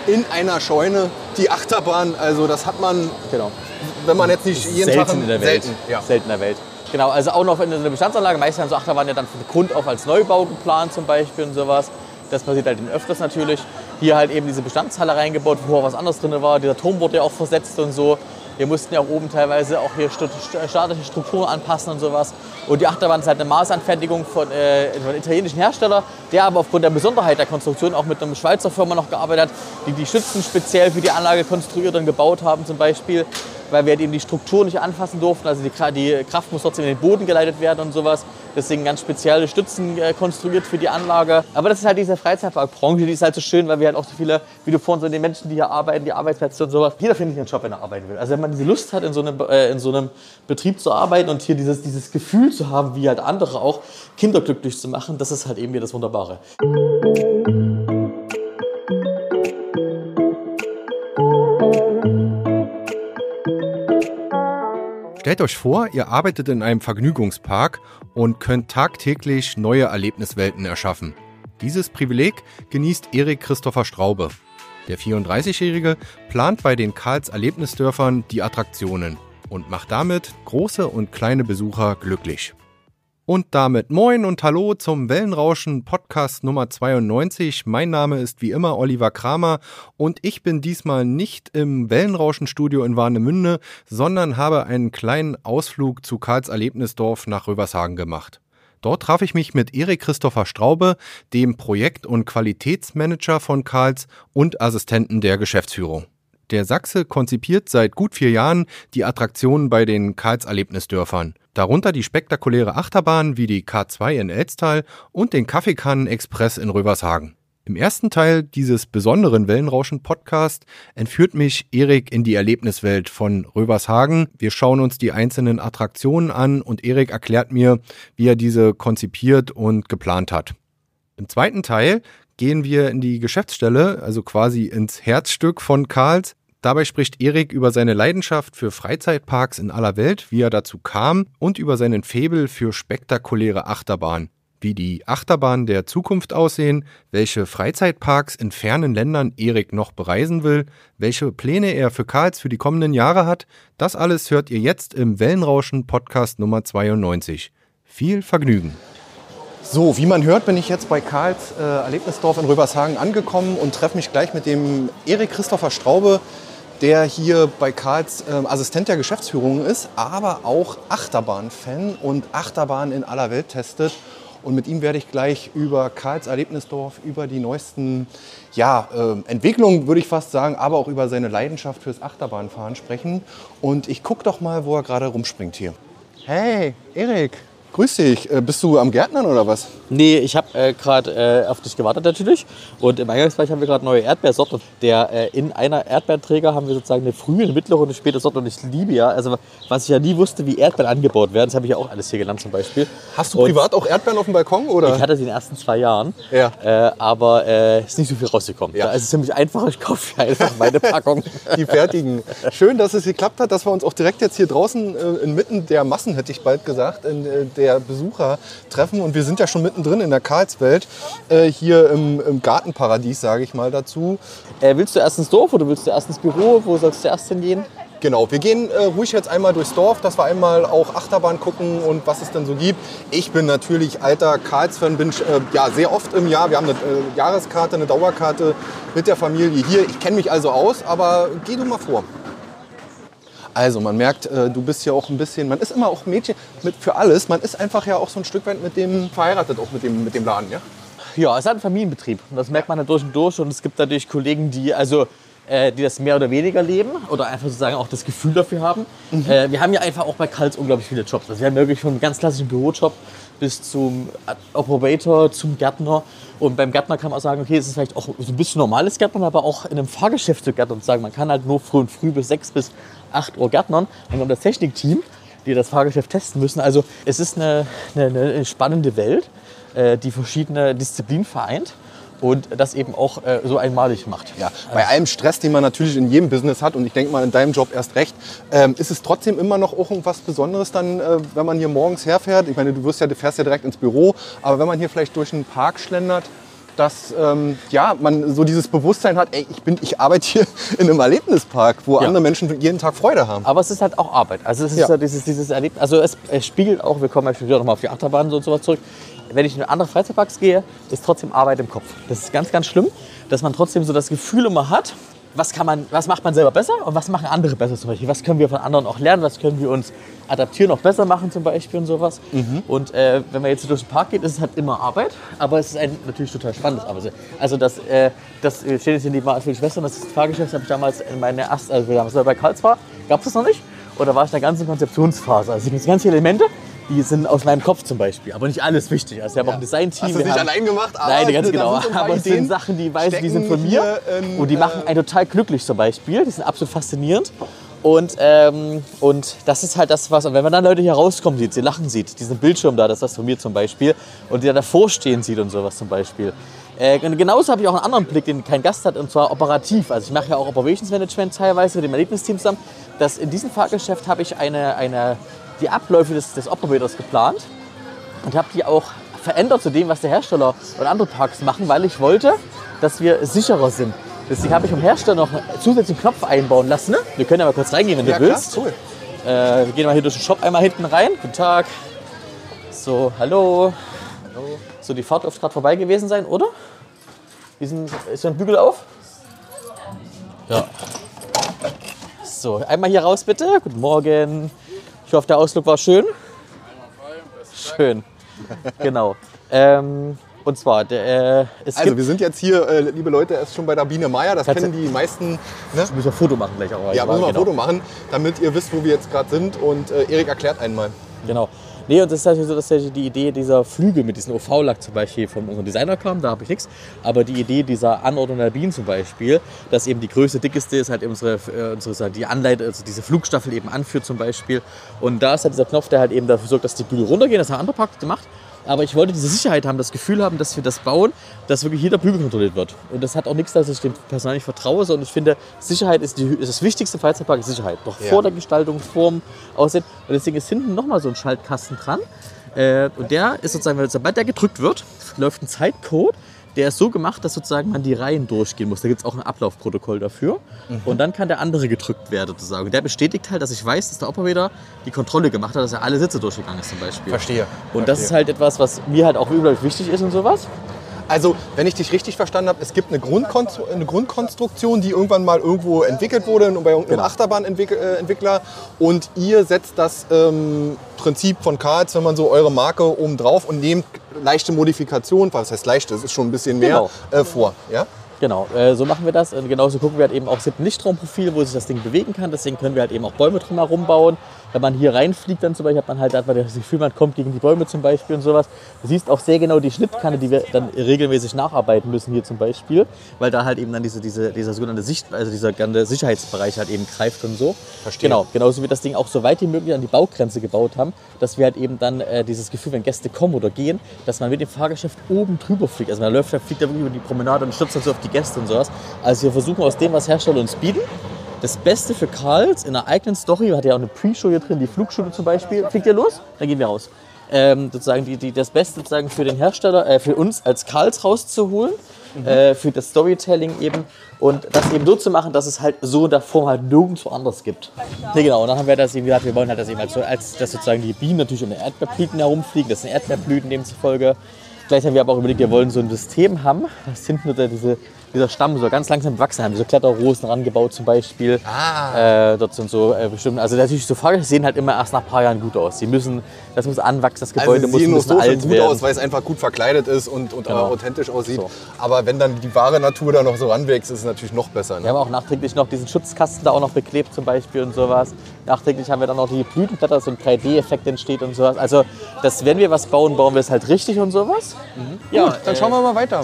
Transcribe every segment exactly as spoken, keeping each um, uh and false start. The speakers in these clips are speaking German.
in einer Scheune die Achterbahn. Also das hat man, genau. wenn man jetzt nicht jeden selten Tag... in der Welt. Selten, ja. Selten in der Welt. Genau, also auch noch in einer Bestandsanlage. Meistens haben so Achterbahnen ja dann von Grund auf als Neubau geplant zum Beispiel und sowas. Das passiert halt öfters natürlich. Hier halt eben diese Bestandshalle reingebaut, wo auch was anderes drin war. Dieser Turm wurde ja auch versetzt und so. Wir mussten ja auch oben teilweise auch hier staatliche Strukturen anpassen und sowas. Und die Achterbahn ist halt eine Maßanfertigung von, äh, von einem italienischen Hersteller, der aber aufgrund der Besonderheit der Konstruktion auch mit einer Schweizer Firma noch gearbeitet hat, die die Stützen speziell für die Anlage konstruiert und gebaut haben zum Beispiel, weil wir halt eben die Struktur nicht anfassen durften. Also die, die Kraft muss trotzdem in den Boden geleitet werden und sowas. Deswegen ganz spezielle Stützen äh, konstruiert für die Anlage. Aber das ist halt diese Freizeitparkbranche, die ist halt so schön, weil wir halt auch so viele, wie du vorhin so die Menschen, die hier arbeiten, die Arbeitsplätze und sowas. Jeder findet einen Job, wenn er arbeiten will. Also wenn man diese Lust hat, in so einem, äh, in so einem Betrieb zu arbeiten und hier dieses, dieses Gefühl zu haben, wie halt andere auch, Kinder glücklich zu machen, das ist halt eben hier das Wunderbare. Stellt euch vor, ihr arbeitet in einem Vergnügungspark und könnt tagtäglich neue Erlebniswelten erschaffen. Dieses Privileg genießt Erik Christopher Straube. Der vierunddreißigjährige plant bei den Karls Erlebnisdörfern die Attraktionen und macht damit große und kleine Besucher glücklich. Und damit moin und hallo zum Wellenrauschen Podcast Nummer zweiundneunzig. Mein Name ist wie immer Oliver Kramer und ich bin diesmal nicht im Wellenrauschen-Studio in Warnemünde, sondern habe einen kleinen Ausflug zu Karls Erlebnisdorf nach Rövershagen gemacht. Dort traf ich mich mit Erik Christopher Straube, dem Projekt- und Qualitätsmanager von Karls und Assistenten der Geschäftsführung. Der Sachse konzipiert seit gut vier Jahren die Attraktionen bei den Karls Erlebnisdörfern. Darunter die spektakuläre Achterbahn wie die K zwei in Elztal und den Kaffeekannen-Express in Rövershagen. Im ersten Teil dieses besonderen Wellenrauschen-Podcast entführt mich Erik in die Erlebniswelt von Rövershagen. Wir schauen uns die einzelnen Attraktionen an und Erik erklärt mir, wie er diese konzipiert und geplant hat. Im zweiten Teil gehen wir in die Geschäftsstelle, also quasi ins Herzstück von Karls. Dabei spricht Erik über seine Leidenschaft für Freizeitparks in aller Welt, wie er dazu kam und über seinen Faible für spektakuläre Achterbahnen. Wie die Achterbahnen der Zukunft aussehen, welche Freizeitparks in fernen Ländern Erik noch bereisen will, welche Pläne er für Karls für die kommenden Jahre hat, das alles hört ihr jetzt im Wellenrauschen Podcast Nummer zweiundneunzig. Viel Vergnügen! So, wie man hört, bin ich jetzt bei Karls äh, Erlebnisdorf in Rövershagen angekommen und treffe mich gleich mit dem Erik Christopher Straube, der hier bei Karls äh, Assistent der Geschäftsführung ist, aber auch Achterbahn-Fan und Achterbahn in aller Welt testet. Und mit ihm werde ich gleich über Karls Erlebnisdorf, über die neuesten ja, äh, Entwicklungen, würde ich fast sagen, aber auch über seine Leidenschaft fürs Achterbahnfahren sprechen. Und ich gucke doch mal, wo er gerade rumspringt hier. Hey, Erik. Grüß dich. Bist du am Gärtnern oder was? Nee, ich habe äh, gerade äh, auf dich gewartet natürlich. Und im Eingangsbereich haben wir gerade neue Erdbeersorten. Der, äh, in einer Erdbeerträger haben wir sozusagen eine frühe, eine mittlere und eine späte Sorte. Und ich liebe ja, also was ich ja nie wusste, wie Erdbeeren angebaut werden. Das habe ich ja auch alles hier gelernt zum Beispiel. Hast du und privat auch Erdbeeren auf dem Balkon? Oder? Ich hatte sie in den ersten zwei Jahren, ja. äh, aber es äh, ist nicht so viel rausgekommen. Ja. Da ist es ziemlich einfach, ich kaufe einfach meine Packung. Die fertigen. Schön, dass es geklappt hat, dass wir uns auch direkt jetzt hier draußen äh, inmitten der Massen, hätte ich bald gesagt, in äh, der Besucher treffen. Und wir sind ja schon mittendrin in der Karlswelt, äh, hier im, im Gartenparadies, sage ich mal dazu. Äh, willst du erst ins Dorf oder willst du erst ins Büro? Wo sollst du erst hingehen? Genau, wir gehen äh, ruhig jetzt einmal durchs Dorf, dass wir einmal auch Achterbahn gucken und was es denn so gibt. Ich bin natürlich alter Karls-Fan, bin äh, ja, sehr oft im Jahr. Wir haben eine äh, Jahreskarte, eine Dauerkarte mit der Familie hier. Ich kenne mich also aus, aber geh du mal vor. Also man merkt, äh, du bist ja auch ein bisschen, man ist immer auch Mädchen mit, für alles. Man ist einfach ja auch so ein Stück weit mit dem verheiratet, auch mit dem, mit dem Laden, ja? Ja, es ist halt ein Familienbetrieb. Das merkt man halt durch und durch. Und es gibt natürlich Kollegen, die also äh, die das mehr oder weniger leben oder einfach sozusagen auch das Gefühl dafür haben. Mhm. Äh, wir haben ja einfach auch bei Karls unglaublich viele Jobs. Also wir haben wirklich von einem ganz klassischen Bürojob bis zum Operator, zum Gärtner. Und beim Gärtner kann man auch sagen, okay, es ist vielleicht auch so ein bisschen normales Gärtnern, aber auch in einem Fahrgeschäft zu Gärtnern. Sagen, man kann halt nur früh und früh bis sechs bis acht Uhr Gärtnern. Dann kommt das Technikteam, die das Fahrgeschäft testen müssen. Also es ist eine, eine, eine spannende Welt, die verschiedene Disziplinen vereint und das eben auch äh, so einmalig macht. Ja, bei allem Stress, den man natürlich in jedem Business hat und ich denke mal in deinem Job erst recht, ähm, ist es trotzdem immer noch auch was Besonderes dann, äh, wenn man hier morgens herfährt. Ich meine, du wirst ja, du fährst ja direkt ins Büro, aber wenn man hier vielleicht durch einen Park schlendert, dass ähm, ja, man so dieses Bewusstsein hat, ey, ich, bin, ich arbeite hier in einem Erlebnispark, wo Ja. andere Menschen jeden Tag Freude haben. Aber es ist halt auch Arbeit. Also es ist Ja. ja. dieses, dieses Erlebnis. Also es, es spiegelt auch, wir kommen ja später nochmal auf die Achterbahn und sowas zurück. Wenn ich in andere Freizeitparks gehe, ist trotzdem Arbeit im Kopf. Das ist ganz, ganz schlimm, dass man trotzdem so das Gefühl immer hat, was, kann man, was macht man selber besser und was machen andere besser zum Beispiel. Was können wir von anderen auch lernen, was können wir uns adaptieren, auch besser machen zum Beispiel und sowas. Mhm. Und äh, wenn man jetzt durch den Park geht, ist es halt immer Arbeit, aber es ist ein natürlich total spannendes Arbeit. Also das, äh, das steht jetzt in die für die Schwestern, das Fahrgeschäft habe ich damals in meiner ersten, also damals bei Karls war, gab es das noch nicht. Oder war ich in der ganzen Konzeptionsphase. Also es gibt ganz viele Elemente, die sind aus meinem Kopf zum Beispiel, aber nicht alles wichtig. Also wir haben auch ein Design-Team. Hast du wir nicht haben, allein gemacht? Aber nein, ganz genau. da sind so ein paar Aber es sind Ideen, Sachen, die weiß, die sind von stecken mir hier in, und die machen einen total glücklich zum Beispiel. Die sind absolut faszinierend. Und, ähm, und das ist halt das, was, und wenn man dann Leute hier rauskommen sieht, sie lachen sieht, diesen Bildschirm da, das ist das von mir zum Beispiel, und die da davor stehen sieht und sowas zum Beispiel. Äh, genauso habe ich auch einen anderen Blick, den kein Gast hat, und zwar operativ. Also ich mache ja auch Operations Management teilweise mit dem Erlebnisteam zusammen. Das, in diesem Fahrgeschäft habe ich eine, eine, die Abläufe des, des Operators geplant und habe die auch verändert zu dem, was der Hersteller und andere Parks machen, weil ich wollte, dass wir sicherer sind. Deswegen habe ich vom Hersteller noch einen zusätzlichen Knopf einbauen lassen. Ne? Wir können ja mal kurz reingehen, wenn Ja, du klar, willst. cool. Äh, wir gehen mal hier durch den Shop einmal hinten rein. Guten Tag. So, hallo. hallo. So, die Fahrt dürfte gerade vorbei gewesen sein, oder? Diesen, ist da ein Bügel auf? Ja. So, einmal hier raus bitte. Guten Morgen. Ich hoffe, der Ausflug war schön. Schön. Genau. Ähm, und zwar, der, äh, es Also gibt... wir sind jetzt hier, äh, liebe Leute, erst schon bei der Biene Meier. Das Kannst kennen die meisten. Ne? Ich muss ein Foto machen gleich auch. Ja, müssen wir ein genau. Foto machen, damit ihr wisst, wo wir jetzt gerade sind. Und äh, Erik erklärt einmal. Genau. Nee, und das ist natürlich so, dass die Idee dieser Flügel mit diesem O V-Lack zum Beispiel von unserem Designer kam, da habe ich nichts. Aber die Idee dieser Anordnung der Bienen zum Beispiel, dass eben die größte, dickeste ist halt unsere, äh, unsere die Anleitung, also diese Flugstaffel eben anführt zum Beispiel. Und da ist halt dieser Knopf, der halt eben dafür sorgt, dass die Bügel runtergehen, das haben andere Parks gemacht. Aber ich wollte diese Sicherheit haben, das Gefühl haben, dass wir das bauen, dass wirklich jeder Bügel kontrolliert wird. Und das hat auch nichts, dass ich dem Personal nicht vertraue, sondern ich finde, Sicherheit ist, die, ist das wichtigste im Freizeitpark, ist Sicherheit. Noch Ja. vor der Gestaltung, vorm Aussehen. Und deswegen ist hinten nochmal so ein Schaltkasten dran. Äh, und der ist sozusagen, weil sobald der gedrückt wird, läuft ein Zeitcode. Der ist so gemacht, dass sozusagen man die Reihen durchgehen muss. Da gibt es auch ein Ablaufprotokoll dafür. Mhm. Und dann kann der andere gedrückt werden sozusagen. Und der bestätigt halt, dass ich weiß, dass der Operator die Kontrolle gemacht hat, dass er alle Sitze durchgegangen ist zum Beispiel. Verstehe. Und das ist halt etwas, was mir halt auch unglaublich wichtig ist und sowas. Also, wenn ich dich richtig verstanden habe, es gibt eine, Grundkonstru eine Grundkonstruktion, die irgendwann mal irgendwo entwickelt wurde bei irgendeinem Genau. Achterbahnentwickler. Und ihr setzt das ähm, Prinzip von Karls, wenn man so eure Marke oben drauf und nehmt leichte Modifikationen, was heißt leichte, das ist schon ein bisschen mehr, Genau. äh, vor. Ja? Genau, äh, so machen wir das. Und genauso gucken wir halt eben auch, es gibt ein Lichtraumprofil, wo sich das Ding bewegen kann. Deswegen können wir halt eben auch Bäume drumherum bauen. Wenn man hier reinfliegt, dann zum Beispiel, hat man halt einfach das Gefühl, man kommt gegen die Bäume zum Beispiel und sowas. Du siehst auch sehr genau die Schnittkante, die wir dann regelmäßig nacharbeiten müssen hier zum Beispiel, weil da halt eben dann diese, diese, dieser sogenannte Sicht, also dieser ganze Sicherheitsbereich halt eben greift und so. Verstehe. Genau, genauso wie das Ding auch so weit wie möglich an die Baugrenze gebaut haben, dass wir halt eben dann äh, dieses Gefühl, wenn Gäste kommen oder gehen, dass man mit dem Fahrgeschäft oben drüber fliegt. Also man läuft, fliegt da wirklich über die Promenade und stürzt dann so auf die Gäste und sowas. Also wir versuchen aus dem, was Hersteller uns bieten, das Beste für Karls in einer eigenen Story, hat ja auch eine Pre-Show hier drin, die Flugschule zum Beispiel. Fliegt ihr los? Dann gehen wir raus. Ähm, sozusagen die, die, das Beste sozusagen für den Hersteller, äh, für uns als Karls rauszuholen, mhm. äh, für das Storytelling eben und das eben so zu machen, dass es halt so in der Form halt nirgendwo anders gibt. Ja, genau. Und dann haben wir das eben gesagt, wir wollen halt das eben als, als dass sozusagen die Bienen natürlich um die Erdbeerblüten herumfliegen, das sind Erdbeerblüten demzufolge. Gleich haben wir aber auch überlegt, wir wollen so ein System haben, das hinten diese dieser Stamm so ganz langsam wachsen haben, so Kletterrosen rangebaut zum Beispiel. Ah. Äh, dort sind so äh, bestimmt, also natürlich so Fahrgeschäfte sehen halt immer erst nach ein paar Jahren gut aus. Sie müssen, das muss anwachsen, das Gebäude also muss ein bisschen alt gut werden. aus, weil es einfach gut verkleidet ist und, und Genau. authentisch aussieht. So. Aber wenn dann die wahre Natur da noch so ranwächst, ist es natürlich noch besser. Ne? Wir haben auch nachträglich noch diesen Schutzkasten da auch noch beklebt zum Beispiel und sowas. Nachträglich haben wir dann noch die Blütenblätter, so ein drei D-Effekt entsteht und sowas. Also, dass, wenn wir was bauen, bauen wir es halt richtig und sowas. Mhm. Ja, gut, dann äh, schauen wir mal weiter.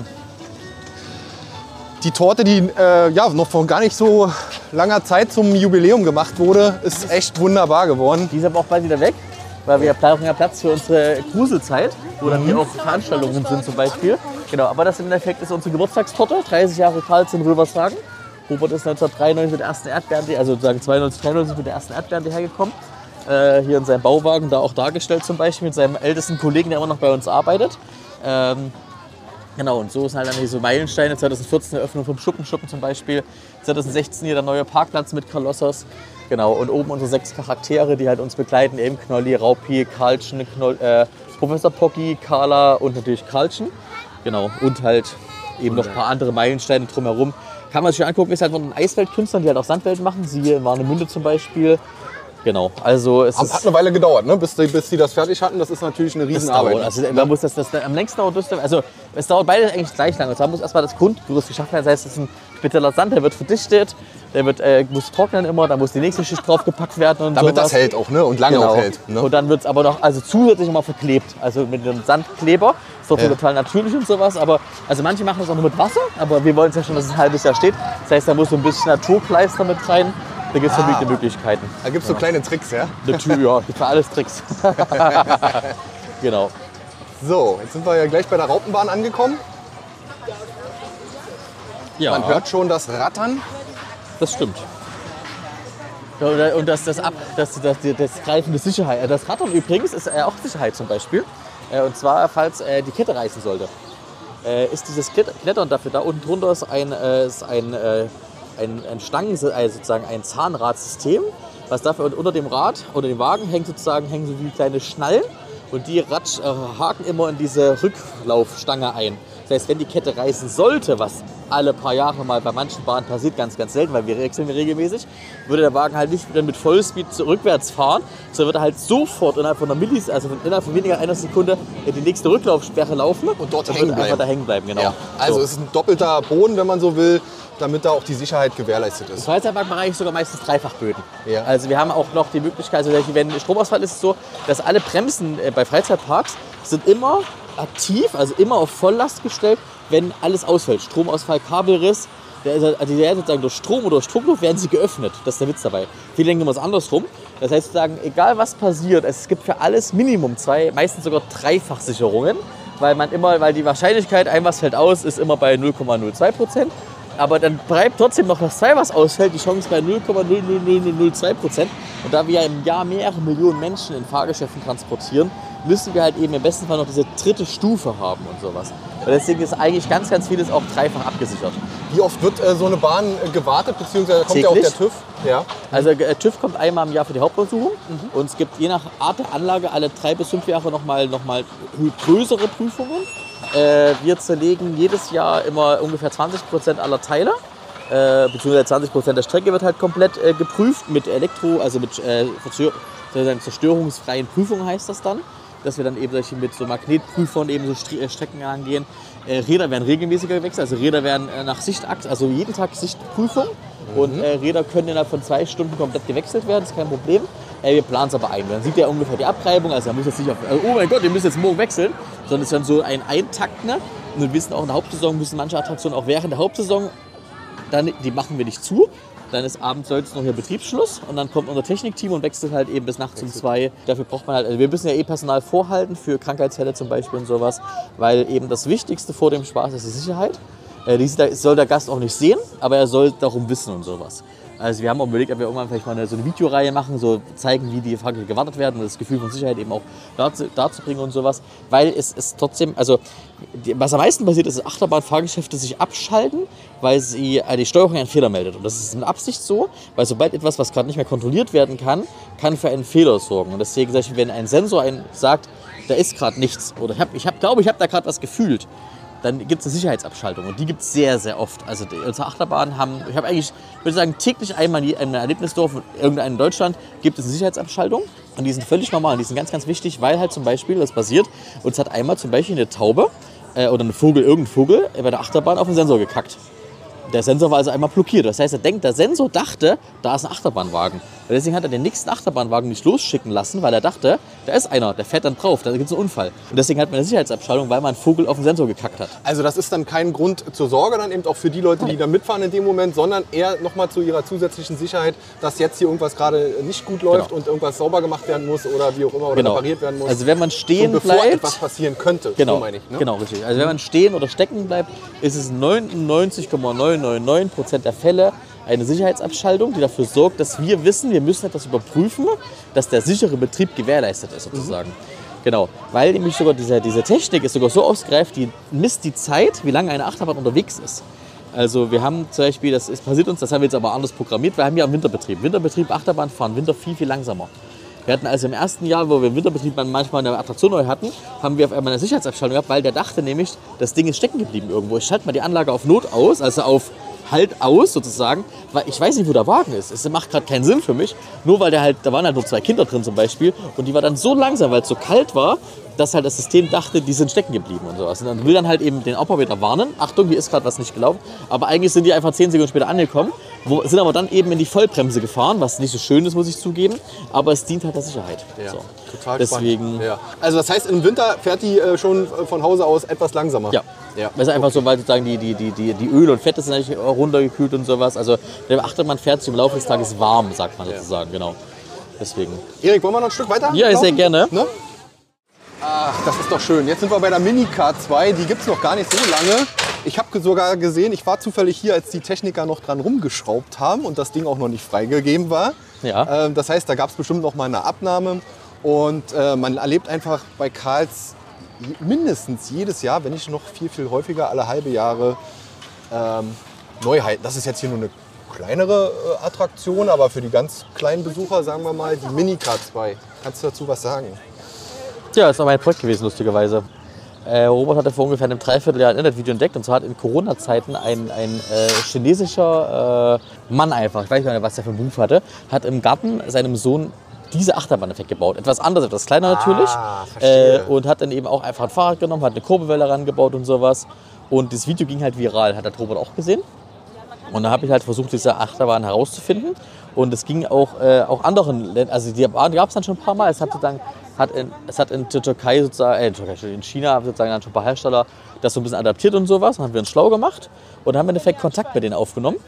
Die Torte, die äh, ja, noch vor gar nicht so langer Zeit zum Jubiläum gemacht wurde, ist echt wunderbar geworden. Die ist aber auch bald wieder weg, weil wir brauchen ja Platz für unsere Gruselzeit, wo dann hier auch Veranstaltungen sind zum Beispiel. Genau, aber das im Endeffekt ist unsere Geburtstagstorte, dreißig Jahre Karls in Röbershagen. Robert ist neunzehnhundertdreiundneunzig mit der ersten Erdbeeren, also sozusagen zweiundneunzig, dreiundneunzig mit der ersten Erdbeeren hergekommen. Äh, hier in seinem Bauwagen, da auch dargestellt zum Beispiel mit seinem ältesten Kollegen, der immer noch bei uns arbeitet. Ähm, Genau, und so sind halt dann diese Meilensteine. zwanzig vierzehn Eröffnung vom Schuppenschuppen zum Beispiel. zwanzig sechzehn hier der neue Parkplatz mit Kolossos. Genau, und oben unsere sechs Charaktere, die halt uns begleiten. Eben Knolli, Raupi, Karlchen, Knoll, äh, Professor Pocky, Carla und natürlich Karlchen. Genau, und halt eben noch ein paar andere Meilensteine drumherum. Kann man sich angucken, ist halt von den Eisweltkünstlern, die halt auch Sandwelten machen. Siehe in Warnemünde zum Beispiel. Genau, also es Hat eine Weile gedauert, ne? bis, die, bis die das fertig hatten. Das ist natürlich eine Riesenarbeit. Also man muss das, das, das am längsten dauert das, also es dauert beides eigentlich gleich lange. Und zwar muss erstmal das Grundgerüst geschaffen werden. Das heißt, es ist ein spezieller Sand, der wird verdichtet, der wird, äh, muss trocknen immer, dann muss die nächste Schicht draufgepackt werden und damit sowas. das hält auch, ne? Und lange genau. auch hält. Ne? Und dann wird es aber noch also zusätzlich immer verklebt, also mit einem Sandkleber. Das ist ja. total natürlich und sowas, aber also manche machen das auch nur mit Wasser, aber wir wollen es ja schon, dass es ein halbes Jahr steht. Das heißt, da muss so ein bisschen Naturkleister mit rein. Da gibt es ah. verschiedene Möglichkeiten. Da gibt es so ja. kleine Tricks, ja? Natürlich, ja, gibt für alles Tricks. Genau. So, jetzt sind wir ja gleich bei der Raupenbahn angekommen. Ja. Man hört schon das Rattern. Das stimmt. Und das, das, Ab, das, das, das greifende Sicherheit. Das Rattern übrigens ist auch Sicherheit zum Beispiel. Und zwar, falls die Kette reißen sollte, ist dieses Klettern dafür da. Unten drunter ist ein, ist ein, ein, ein Stangen, also sozusagen ein Zahnradsystem, was dafür unter dem Rad oder dem Wagen hängt sozusagen hängen so wie kleine Schnallen. Und die Ratsch, äh, haken immer in diese Rücklaufstange ein. Das heißt, wenn die Kette reißen sollte, was alle paar Jahre mal bei manchen Bahnen passiert, ganz, ganz selten, weil wir wechseln regelmäßig, würde der Wagen halt nicht wieder mit Vollspeed rückwärts fahren, sondern würde halt sofort innerhalb von einer Millis, also innerhalb von weniger einer Sekunde in die nächste Rücklaufsperre laufen und dort hängen bleiben. Einfach da hängen bleiben. Genau. Ja. Also so. Es ist ein doppelter Boden, wenn man so will, damit da auch die Sicherheit gewährleistet ist. Im Freizeitparkbereich sogar meistens Dreifachböden. Ja. Also wir haben auch noch die Möglichkeit, also wenn Stromausfall ist es so, dass alle Bremsen bei Freizeitparks sind immer aktiv, also immer auf Volllast gestellt, wenn alles ausfällt. Stromausfall, Kabelriss, der ist, also die werden sozusagen durch Strom oder durch Stromluft werden sie geöffnet. Das ist der Witz dabei. Viele denken immer es andersrum. Das heißt sozusagen, egal was passiert, es gibt für alles Minimum zwei, meistens sogar Dreifachsicherungen, weil man immer, weil die Wahrscheinlichkeit, ein was fällt aus, ist immer bei null Komma null zwei Prozent. Aber dann bleibt trotzdem noch das zwei, was ausfällt, die Chance bei null Komma null null null null zwei Prozent. Und da wir ja im Jahr mehrere Millionen Menschen in Fahrgeschäften transportieren, müssen wir halt eben im besten Fall noch diese dritte Stufe haben und sowas. Und deswegen ist eigentlich ganz, ganz vieles auch dreifach abgesichert. Wie oft wird äh, so eine Bahn äh, gewartet, beziehungsweise kommt ja auch der TÜV? Ja. Also äh, TÜV kommt einmal im Jahr für die Hauptuntersuchung mhm. und es gibt je nach Art der Anlage alle drei bis fünf Jahre nochmal noch mal größere Prüfungen. Äh, wir zerlegen jedes Jahr immer ungefähr zwanzig Prozent aller Teile. Äh, beziehungsweise zwanzig Prozent der Strecke wird halt komplett äh, geprüft mit Elektro, also mit äh, zerstörungsfreien Prüfungen heißt das dann. Dass wir dann eben solche mit so Magnetprüfern eben so St- Strecken angehen. Äh, Räder werden regelmäßiger gewechselt, also Räder werden äh, nach Sichtachse, also jeden Tag Sichtprüfung. Mhm. Und äh, Räder können innerhalb von zwei Stunden komplett gewechselt werden, ist kein Problem. Äh, wir planen es aber ein. Man sieht ja ungefähr die Abreibung, also man muss jetzt nicht auf, also, oh mein Gott, wir müssen jetzt morgen wechseln, sondern es ist dann so ein Eintakt. Ne? Und wir wissen auch in der Hauptsaison müssen manche Attraktionen auch während der Hauptsaison, dann, die machen wir nicht zu. Dann ist abends jetzt noch hier Betriebsschluss und dann kommt unser Technikteam und wechselt halt eben bis nachts um zwei. Dafür braucht man halt, also wir müssen ja eh Personal vorhalten für Krankheitsfälle zum Beispiel und sowas, weil eben das Wichtigste vor dem Spaß ist die Sicherheit. Äh, die soll der Gast auch nicht sehen, aber er soll darum wissen und sowas. Also wir haben auch überlegt, ob wir irgendwann vielleicht mal eine, so eine Videoreihe machen, so zeigen, wie die Fahrzeuge gewartet werden und das Gefühl von Sicherheit eben auch darzubringen und sowas. Weil es ist trotzdem, also die, was am meisten passiert ist, dass Achterbahnfahrgeschäfte sich abschalten, weil sie äh, die Steuerung einen Fehler meldet. Und das ist mit Absicht so, weil sobald etwas, was gerade nicht mehr kontrolliert werden kann, kann für einen Fehler sorgen. Und deswegen, wenn ein Sensor einen sagt, da ist gerade nichts oder ich, hab, ich hab, glaube, ich habe da gerade was gefühlt, dann gibt es eine Sicherheitsabschaltung und die gibt es sehr, sehr oft. Also die, unsere Achterbahnen haben, ich habe eigentlich, ich würde sagen, täglich einmal in einem Erlebnisdorf, irgendein in Deutschland, gibt es eine Sicherheitsabschaltung und die sind völlig normal und die sind ganz, ganz wichtig, weil halt zum Beispiel, das passiert, uns hat einmal zum Beispiel eine Taube äh, oder ein Vogel, irgendein Vogel bei der Achterbahn auf den Sensor gekackt. Der Sensor war also einmal blockiert. Das heißt, er denkt, der Sensor dachte, da ist ein Achterbahnwagen. Und deswegen hat er den nächsten Achterbahnwagen nicht losschicken lassen, weil er dachte, da ist einer, der fährt dann drauf, da gibt es einen Unfall. Und deswegen hat man eine Sicherheitsabschaltung, weil man einen Vogel auf den Sensor gekackt hat. Also das ist dann kein Grund zur Sorge dann eben auch für die Leute, die da mitfahren in dem Moment, sondern eher nochmal zu ihrer zusätzlichen Sicherheit, dass jetzt hier irgendwas gerade nicht gut läuft genau. und irgendwas sauber gemacht werden muss oder wie auch immer oder genau. repariert werden muss. Also wenn man stehen bevor bleibt, etwas passieren könnte, genau, so meine ich. Ne? Genau, richtig. Also wenn man stehen oder stecken bleibt, ist es neunundneunzig Komma neun neun neun Prozent der Fälle eine Sicherheitsabschaltung, die dafür sorgt, dass wir wissen, wir müssen etwas überprüfen, dass der sichere Betrieb gewährleistet ist sozusagen. Mhm. Genau, weil nämlich sogar diese, diese Technik ist sogar so ausgereift, die misst die Zeit, wie lange eine Achterbahn unterwegs ist. Also wir haben zum Beispiel, das ist, passiert uns, das haben wir jetzt aber anders programmiert, wir haben ja einen Winterbetrieb. Winterbetrieb, Achterbahn fahren Winter viel, viel langsamer. Wir hatten also im ersten Jahr, wo wir im Winterbetrieb manchmal eine Attraktion neu hatten, haben wir auf einmal eine Sicherheitsabschaltung gehabt, weil der dachte nämlich, das Ding ist stecken geblieben irgendwo. Ich schalte mal die Anlage auf Not aus, also auf Halt aus sozusagen, weil ich weiß nicht, wo der Wagen ist. Es macht gerade keinen Sinn für mich, nur weil der halt, da waren halt nur zwei Kinder drin zum Beispiel und die war dann so langsam, weil es so kalt war, dass halt das System dachte, die sind stecken geblieben und sowas. Und dann will dann halt eben den Operator warnen, Achtung, hier ist gerade was nicht gelaufen, aber eigentlich sind die einfach zehn Sekunden später angekommen, wo, sind aber dann eben in die Vollbremse gefahren, was nicht so schön ist, muss ich zugeben, aber es dient halt der Sicherheit. Ja, so. total Deswegen, spannend. Ja. Also das heißt, im Winter fährt die äh, schon von Hause aus etwas langsamer? Ja. Ja. Das ist einfach so, weil sozusagen die, die, die, die, die Öle und Fette sind natürlich runtergekühlt und sowas. Also der Achterbahn fährt sich im Laufe des Tages warm, sagt man sozusagen, genau. Deswegen. Erik, wollen wir noch ein Stück weiter? Ja, sehr gerne. Ne? Ach, das ist doch schön. Jetzt sind wir bei der Mini K zwei, die gibt es noch gar nicht so lange. Ich habe sogar gesehen, ich war zufällig hier, als die Techniker noch dran rumgeschraubt haben und das Ding auch noch nicht freigegeben war. Ja. Ähm, das heißt, da gab es bestimmt noch mal eine Abnahme. Und äh, man erlebt einfach bei Karls mindestens jedes Jahr, wenn nicht noch viel, viel häufiger, alle halbe Jahre ähm, Neuheiten. Das ist jetzt hier nur eine kleinere äh, Attraktion, aber für die ganz kleinen Besucher, sagen wir mal, die Mini K zwei. Kannst du dazu was sagen? Ja, das ist auch mein Projekt gewesen, lustigerweise. Äh, Robert hatte vor ungefähr einem Dreivierteljahr ein Internetvideo entdeckt und zwar hat in Corona-Zeiten ein, ein äh, chinesischer äh, Mann einfach, ich weiß gar nicht, was der für einen Beruf hatte, hat im Garten seinem Sohn diese Achterbahn-Effekt gebaut. Etwas anderes, etwas kleiner natürlich. Ah, verstehe. Äh, und hat dann eben auch einfach ein Fahrrad genommen, hat eine Kurbelwelle rangebaut und sowas. Und das Video ging halt viral, hat der Robert auch gesehen. Und da habe ich halt versucht, diese Achterbahn herauszufinden. Und es ging auch, äh, auch anderen Ländern, also die gab es dann schon ein paar Mal. Es hat, sozusagen, hat, in, es hat in der Türkei sozusagen, äh, in China sozusagen dann schon ein paar Hersteller das so ein bisschen adaptiert und sowas. Dann haben wir uns schlau gemacht und haben im Endeffekt Kontakt mit denen aufgenommen.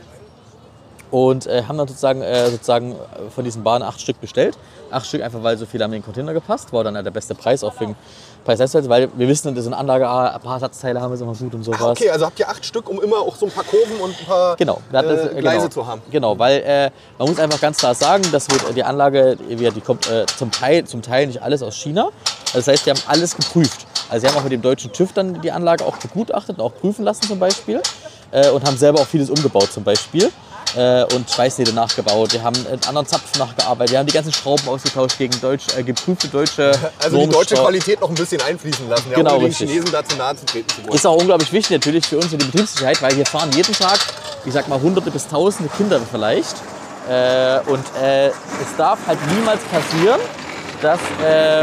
Und äh, haben dann sozusagen, äh, sozusagen von diesen Bahnen acht Stück bestellt. Acht Stück einfach, weil so viele haben in den Container gepasst. War dann halt der beste Preis, auch wegen Preis-Leistung, weil wir wissen, dass so eine Anlage, ein paar Ersatzteile haben wir immer gut und sowas. Ah, okay, also habt ihr acht Stück, um immer auch so ein paar Kurven und ein paar genau, äh, das, Gleise genau, zu haben. Genau, weil äh, man muss einfach ganz klar sagen, dass wir, die Anlage, die kommt äh, zum, Teil, zum Teil nicht alles aus China. Das heißt, die haben alles geprüft. Also sie haben auch mit dem deutschen TÜV dann die Anlage auch begutachtet und auch prüfen lassen zum Beispiel. Äh, und haben selber auch vieles umgebaut zum Beispiel. Äh, und Schweißnähte nachgebaut. Wir haben einen anderen Zapfen nachgearbeitet. Wir haben die ganzen Schrauben ausgetauscht gegen deutsch, äh, geprüfte deutsche Also die deutsche Qualität noch ein bisschen einfließen lassen, ja, genau, ohne den richtig. Chinesen dazu nahe zu treten zu wollen. Ist auch unglaublich wichtig natürlich für uns für die Betriebssicherheit, weil hier fahren jeden Tag, ich sag mal, hunderte bis tausende Kinder vielleicht. Äh, und äh, es darf halt niemals passieren, dass, äh,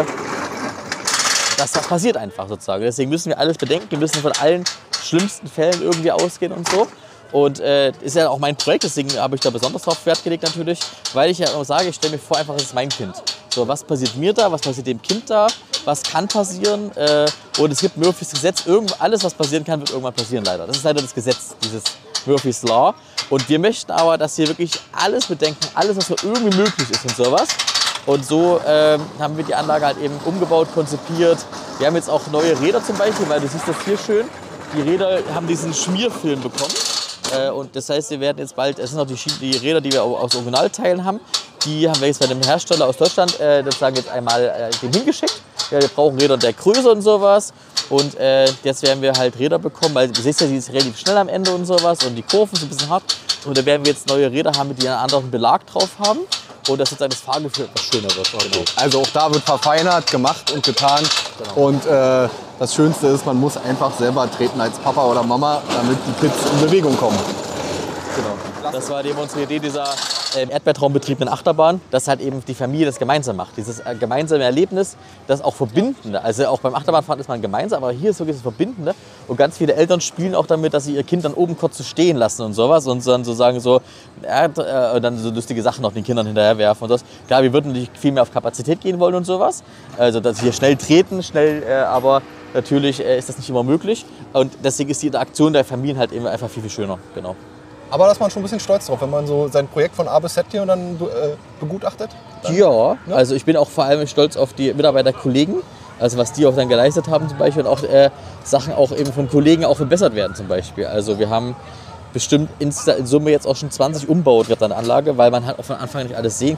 dass das passiert einfach sozusagen. Deswegen müssen wir alles bedenken. Wir müssen von allen schlimmsten Fällen irgendwie ausgehen und so. Und äh, ist ja auch mein Projekt, deswegen habe ich da besonders drauf Wert gelegt natürlich, weil ich ja immer sage, ich stelle mir vor, einfach, es ist mein Kind. So, was passiert mir da, was passiert dem Kind da, was kann passieren? Äh, und es gibt Murphys Gesetz, irgend, alles was passieren kann, wird irgendwann passieren leider. Das ist leider das Gesetz, dieses Murphys Law. Und wir möchten aber, dass hier wirklich alles bedenken, alles was irgendwie möglich ist und sowas. Und so äh, haben wir die Anlage halt eben umgebaut, konzipiert. Wir haben jetzt auch neue Räder zum Beispiel, weil du siehst das hier schön. Die Räder haben diesen Schmierfilm bekommen. Äh, und das heißt, wir werden jetzt bald, es sind noch die, die Räder, die wir aus Originalteilen haben, die haben wir jetzt bei dem Hersteller aus Deutschland, äh, das sagen jetzt einmal äh, dem hingeschickt. Ja, wir brauchen Räder der Größe und sowas. Und äh, jetzt werden wir halt Räder bekommen, weil du siehst ja, die ist relativ schnell am Ende und sowas und die Kurven sind ein bisschen hart. Und da werden wir jetzt neue Räder haben, die einen anderen Belag drauf haben. Und das sozusagen das Fahrgefühl etwas schöner wird. Genau. Also auch da wird verfeinert, gemacht und getan. Genau. Und äh, das Schönste ist, man muss einfach selber treten als Papa oder Mama, damit die Kids in Bewegung kommen. Genau. Das war eben unsere Idee dieser äh, erdbeertraumbetriebenen Achterbahn, dass halt eben die Familie das gemeinsam macht. Dieses äh, gemeinsame Erlebnis, das auch Verbindende. Also auch beim Achterbahnfahren ist man gemeinsam, aber hier ist wirklich das Verbindende. Und ganz viele Eltern spielen auch damit, dass sie ihr Kind dann oben kurz so stehen lassen und sowas und dann so sagen so, äh, und dann so lustige Sachen noch den Kindern hinterherwerfen und das. Klar, wir würden natürlich viel mehr auf Kapazität gehen wollen und sowas. Also dass wir schnell treten, schnell, äh, aber natürlich äh, ist das nicht immer möglich. Und deswegen ist die Interaktion der Familien halt eben einfach viel, viel schöner. Genau. Aber da ist man schon ein bisschen stolz drauf, wenn man so sein Projekt von A bis Z hier und dann äh, begutachtet. Dann, ja, ne? Also ich bin auch vor allem stolz auf die Mitarbeiterkollegen, also was die auch dann geleistet haben zum Beispiel und auch äh, Sachen auch eben von Kollegen auch verbessert werden zum Beispiel. Also wir haben bestimmt in Summe jetzt auch schon zwanzig Umbauten an der Anlage, weil man halt auch von Anfang an nicht alles sehen kann.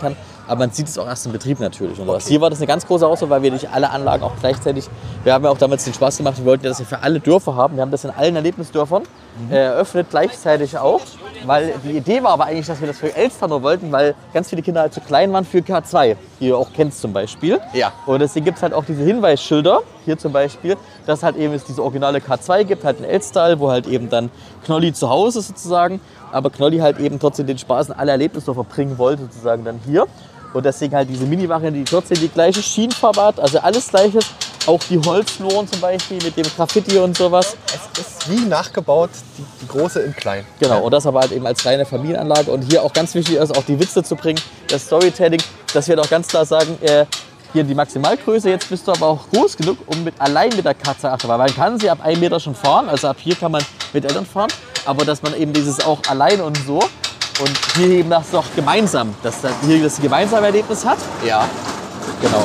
aber man sieht es auch erst im Betrieb natürlich. Und okay. Hier war das eine ganz große Auswahl, weil wir nicht alle Anlagen auch gleichzeitig, wir haben ja auch damals den Spaß gemacht, wir wollten ja das ja für alle Dörfer haben, wir haben das in allen Erlebnisdörfern mhm. eröffnet, gleichzeitig auch, weil die Idee war aber eigentlich, dass wir das für Elster nur wollten, weil ganz viele Kinder halt zu klein waren für K zwei, die du auch kennst zum Beispiel. Ja. Und deswegen gibt es halt auch diese Hinweisschilder, hier zum Beispiel, dass halt eben es diese originale K zwei gibt, halt ein Elster, wo halt eben dann Knolli zu Hause ist sozusagen, aber Knolli halt eben trotzdem den Spaß in alle Erlebnisdörfer bringen wollte, sozusagen dann hier. Und deswegen halt diese Mini-Variante, die trotzdem die gleiche Schienenfarbe hat, also alles Gleiches. Auch die Holzfloren zum Beispiel mit dem Graffiti und sowas. Es ist wie nachgebaut, die, die große in klein. Genau, und das aber halt eben als reine Familienanlage. Und hier auch ganz wichtig ist, auch die Witze zu bringen, das Storytelling, dass wir doch ganz klar sagen, äh, hier die Maximalgröße, jetzt bist du aber auch groß genug, um mit, allein mit der Katze Achterbahn. Man kann sie ab einem Meter schon fahren, also ab hier kann man mit Eltern fahren, aber dass man eben dieses auch allein und so. Und hier eben das doch gemeinsam, dass das hier das gemeinsame Erlebnis hat. Ja. Genau.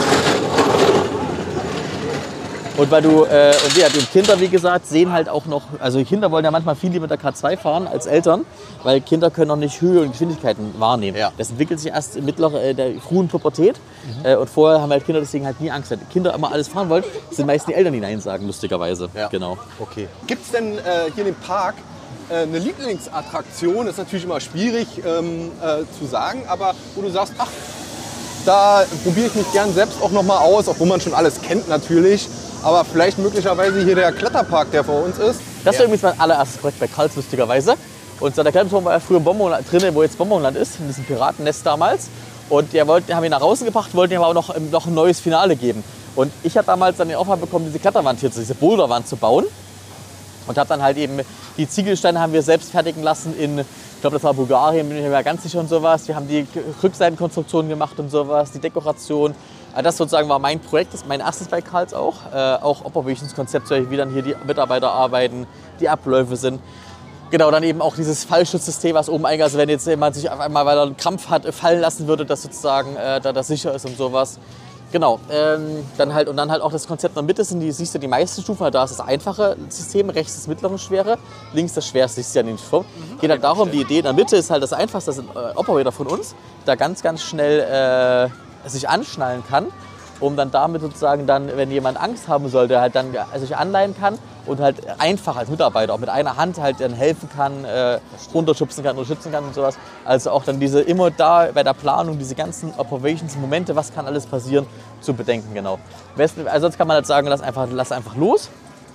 Und weil du, äh, und ja, die Kinder, wie gesagt, sehen halt auch noch, also die Kinder wollen ja manchmal viel lieber mit der K zwei fahren als Eltern, weil Kinder können noch nicht Höhe und Geschwindigkeiten wahrnehmen. Ja. Das entwickelt sich erst in mittlerer, äh, der frühen Pubertät. Mhm. Äh, und vorher haben halt Kinder deswegen halt nie Angst. Wenn Kinder immer alles fahren wollen, sind meist die Eltern, die Nein sagen, lustigerweise. Ja. Genau. Okay. Gibt es denn äh, hier in dem Park eine Lieblingsattraktion? Ist natürlich immer schwierig ähm, äh, zu sagen, aber wo du sagst, ach, da probiere ich mich gern selbst auch noch mal aus, obwohl man schon alles kennt natürlich. Aber vielleicht möglicherweise hier der Kletterpark, der vor uns ist. Das war ja. übrigens mein allererstes Projekt bei Karls, lustigerweise. Und so der Kletterturm war ja früher im Bonbonland drin, wo jetzt Bonbonland ist, in diesem Piratennest damals. Und die wollten, haben ihn nach außen gebracht, wollten ihm aber auch noch, noch ein neues Finale geben. Und ich habe damals dann den Auftrag bekommen, diese Kletterwand hier, diese Boulderwand zu bauen. Und habe dann halt eben, die Ziegelsteine haben wir selbst fertigen lassen in, ich glaube das war Bulgarien, bin ich mir ganz sicher und sowas. Wir haben die Rückseitenkonstruktion gemacht und sowas, die Dekoration. Das sozusagen war mein Projekt, das ist mein erstes bei Karls auch. Äh, auch Operationskonzept, wie dann hier die Mitarbeiter arbeiten, die Abläufe sind. Genau, dann eben auch dieses Fallschutzsystem, was oben eingeht. Also wenn jetzt jemand sich auf einmal, weil er einen Krampf hat, fallen lassen würde, dass sozusagen äh, da das sicher ist und sowas. Genau, ähm, dann halt, und dann halt auch das Konzept in der Mitte sind die, siehst du die meisten Stufen, da ist das einfache System, rechts das mittlere Schwere, links das schwerste, siehst du ja nicht vor. Mhm. Geht halt darum, die Idee in der Mitte ist halt das einfachste, das sind äh, Operator von uns, da ganz, ganz schnell äh, sich anschnallen kann, um dann damit sozusagen dann, wenn jemand Angst haben sollte, halt dann sich anleihen kann und halt einfach als Mitarbeiter auch mit einer Hand halt dann helfen kann, äh, runterschubsen kann, unterstützen kann und sowas. Also auch dann diese immer da bei der Planung, diese ganzen Operations, Momente, was kann alles passieren, zu bedenken, genau. Also sonst kann man halt sagen, lass einfach, lass einfach los.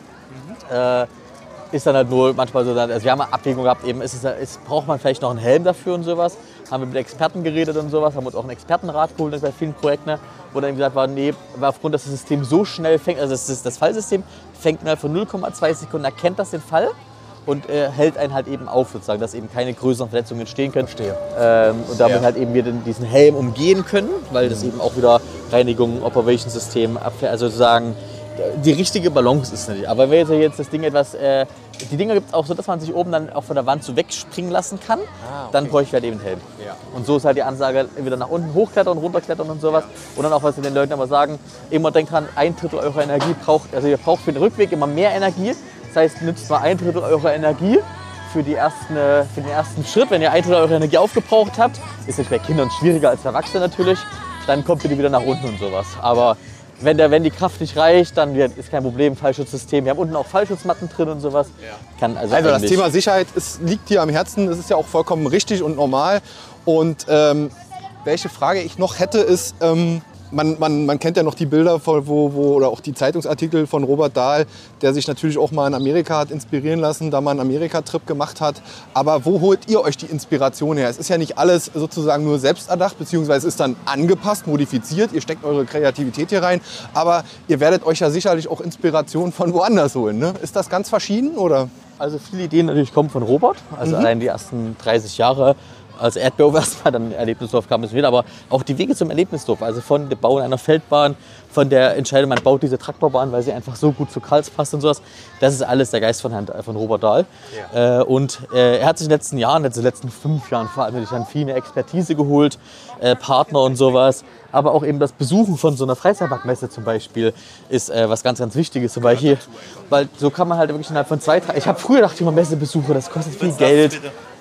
Mhm. Äh, ist dann halt nur manchmal so, also wir haben eine Abwägung gehabt, eben ist es, ist, braucht man vielleicht noch einen Helm dafür und sowas. Haben wir mit Experten geredet und sowas, haben uns auch einen Expertenrat geholt bei vielen Projekten, wo dann gesagt war, nee, aufgrund, dass das System so schnell fängt, also das, das Fallsystem fängt innerhalb von null Komma zwei Sekunden, erkennt das den Fall und äh, hält einen halt eben auf, sozusagen, dass eben keine größeren Verletzungen entstehen können. Verstehe. Ähm, und damit ja. halt eben wir den, diesen Helm umgehen können, weil das eben auch wieder Reinigung, Operationssystem, Abwehr, also sozusagen die richtige Balance ist natürlich. Aber wenn jetzt das Ding etwas, äh, die Dinger gibt es auch so, dass man sich oben dann auch von der Wand so wegspringen lassen kann, ah, okay. Dann bräuchte ich halt eben einen Helm. Ja. Und so ist halt die Ansage, wieder nach unten hochklettern, runterklettern und sowas. Ja. Und dann auch, was wir den Leuten aber sagen, immer denkt dran, ein Drittel eurer Energie braucht, also ihr braucht für den Rückweg immer mehr Energie. Das heißt, nützt mal ein Drittel eurer Energie für, die ersten, für den ersten Schritt. Wenn ihr ein Drittel eurer Energie aufgebraucht habt, ist es bei Kindern schwieriger als Erwachsene natürlich, dann kommt ihr wieder nach unten und sowas. Aber Wenn, der, wenn die Kraft nicht reicht, dann ist kein Problem, Fallschutzsystem. Wir haben unten auch Fallschutzmatten drin und sowas. Ja. Kann also also das Thema Sicherheit ist, liegt hier am Herzen, das ist ja auch vollkommen richtig und normal. Und ähm, welche Frage ich noch hätte ist, ähm, man, man, man kennt ja noch die Bilder von, wo, wo, oder auch die Zeitungsartikel von Robert Dahl, der sich natürlich auch mal in Amerika hat inspirieren lassen, da mal einen Amerika-Trip gemacht hat. Aber wo holt ihr euch die Inspiration her? Es ist ja nicht alles sozusagen nur selbsterdacht, beziehungsweise es ist dann angepasst, modifiziert. Ihr steckt eure Kreativität hier rein. Aber ihr werdet euch ja sicherlich auch Inspiration von woanders holen. Ne? Ist das ganz verschieden, oder? Also viele Ideen natürlich kommen von Robert. Also mhm. allein die ersten dreißig Jahre. Als Erdbeer erstmal, dann Erlebnisdorf kam es wieder, aber auch die Wege zum Erlebnisdorf, also von dem Bauen einer Feldbahn, von der Entscheidung, man baut diese Tragbahn, weil sie einfach so gut zu Karls passt und sowas, das ist alles der Geist von, Herrn, von Robert Dahl. Ja. Äh, und äh, er hat sich in den letzten Jahren, in den letzten fünf Jahren vor allem dann viel mehr Expertise geholt, äh, Partner und sowas. Aber auch eben das Besuchen von so einer Freizeitparkmesse zum Beispiel ist äh, was ganz, ganz Wichtiges. Zum Beispiel, weil so kann man halt wirklich innerhalb von zwei Tagen, ich habe früher gedacht, immer Messebesuche, das kostet viel Geld.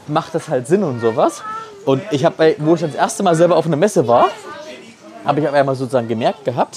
macht das halt Sinn und sowas. Und ich habe, wo ich das erste Mal selber auf einer Messe war, habe ich aber einmal sozusagen gemerkt gehabt,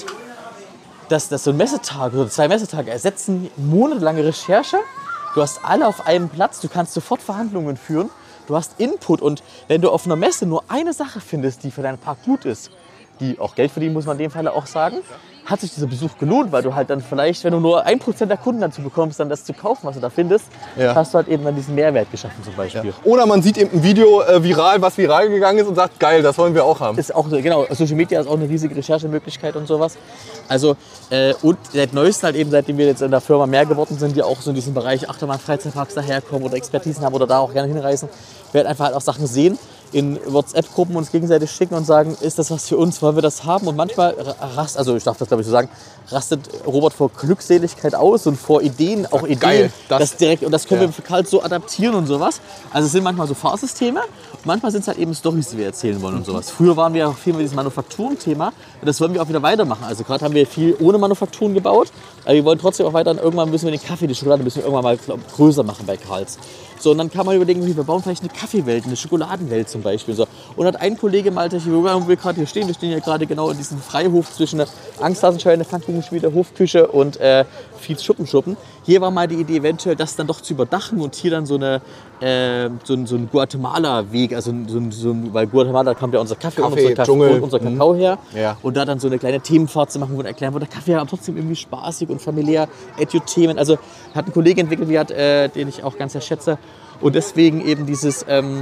dass, dass so ein Messetag oder zwei Messetage ersetzen monatelange Recherche. Du hast alle auf einem Platz, du kannst sofort Verhandlungen führen, du hast Input und wenn du auf einer Messe nur eine Sache findest, die für deinen Park gut ist, die auch Geld verdienen, muss man in dem Fall auch sagen, hat sich dieser Besuch gelohnt, weil du halt dann vielleicht, wenn du nur ein Prozent der Kunden dazu bekommst, dann das zu kaufen, was du da findest, ja. hast du halt eben dann diesen Mehrwert geschaffen zum Beispiel. Ja. Oder man sieht eben ein Video äh, viral, was viral gegangen ist und sagt, geil, das wollen wir auch haben. Ist auch, genau, Social Media ist auch eine riesige Recherchemöglichkeit und sowas. Also, äh, und seit neuestem halt eben, seitdem wir jetzt in der Firma mehr geworden sind, die auch so in diesem Bereich Achterbahn, Freizeitparks daherkommen oder Expertisen haben oder da auch gerne hinreisen, werden einfach halt auch Sachen sehen, in WhatsApp-Gruppen uns gegenseitig schicken und sagen, ist das was für uns, wollen wir das haben? Und manchmal rast, also ich darf das glaube ich so sagen, rastet Robert vor Glückseligkeit aus und vor Ideen, auch Ideen, geil, das, das direkt, und das können ja. wir für Karl so adaptieren und sowas. Also es sind manchmal so Fahrsysteme, manchmal sind es halt eben Storys, die wir erzählen wollen und sowas. Früher waren wir auch viel mit diesem Manufakturenthema und das wollen wir auch wieder weitermachen. Also gerade haben wir viel ohne Manufakturen gebaut, aber wir wollen trotzdem auch weiter, irgendwann müssen wir den Kaffee, die Schokolade müssen wir irgendwann mal glaub, größer machen bei Karls. So, und dann kann man überlegen, wir bauen vielleicht eine Kaffeewelt, eine Schokoladenwelt zum Beispiel. So. Und hat ein Kollege mal, wo wir gerade hier stehen, wir stehen hier gerade genau in diesem Freihof zwischen der Angsthasenscheune, Pfannkuchenschmiede, Hofküche und äh, Fietz Schuppenschuppen. Hier war mal die Idee, eventuell das dann doch zu überdachen und hier dann so, eine, äh, so, ein, so ein Guatemala-Weg, also so ein, so ein, weil Guatemala kommt ja unser Kaffee, Kaffee und unser, Dschungel. und unser Kakao her. Ja. Und da dann so eine kleine Themenfahrt zu machen, wo wir erklären, wo der Kaffee aber trotzdem irgendwie spaßig und familiär, Edu-Themen. Also hat ein Kollege entwickelt, die hat, äh, den ich auch ganz sehr schätze. Und deswegen eben dieses, ähm,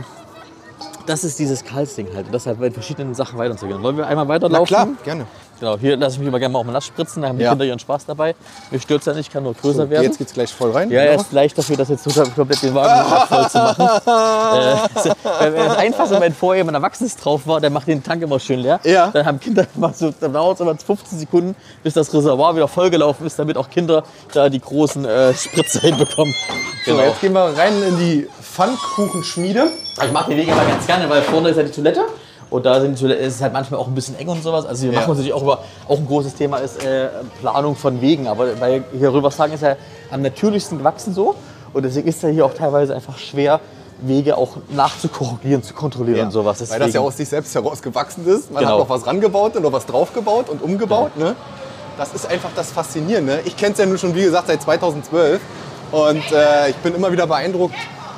das ist dieses Karls-Ding halt. Und deshalb in verschiedenen Sachen weiterzugehen. Wollen wir einmal weiterlaufen? Na klar, gerne. Genau, hier lasse ich mich immer gerne mal auf den Nass spritzen, da haben die Ja. Kinder ihren Spaß dabei. Mir stört es ja nicht, kann nur größer So, werden. jetzt geht's gleich voll rein. Ja, er genau. ist leicht dafür, das jetzt total komplett den Wagen voll zu machen. äh, wenn das Einfachste, wenn vorher jemand Erwachsenes drauf war, der macht den Tank immer schön leer. Ja. Dann haben Kinder immer so, dann dauert es immer fünfzehn Sekunden, bis das Reservoir wieder vollgelaufen ist, damit auch Kinder da die großen äh, Spritzer hinbekommen. So, jetzt gehen wir rein in die Pfannkuchenschmiede. Ich mag die Wege immer ganz gerne, weil vorne ist ja die Toilette. Und da sind die Toilette, ist es halt manchmal auch ein bisschen eng und sowas. Also hier Ja. machen wir natürlich auch über, auch ein großes Thema ist äh, Planung von Wegen. Aber weil hier Rübershagen ist ja am natürlichsten gewachsen so. Und deswegen ist ja hier auch teilweise einfach schwer, Wege auch nachzukorrigieren, zu kontrollieren Ja. und sowas. Weil Deswegen, das ja aus sich selbst heraus gewachsen ist. Man Genau. hat noch was rangebaut und noch was draufgebaut und umgebaut. Ne? Das ist einfach das Faszinierende. Ich kenne es ja nun schon, wie gesagt, seit zweitausendzwölf. Und äh, ich bin immer wieder beeindruckt,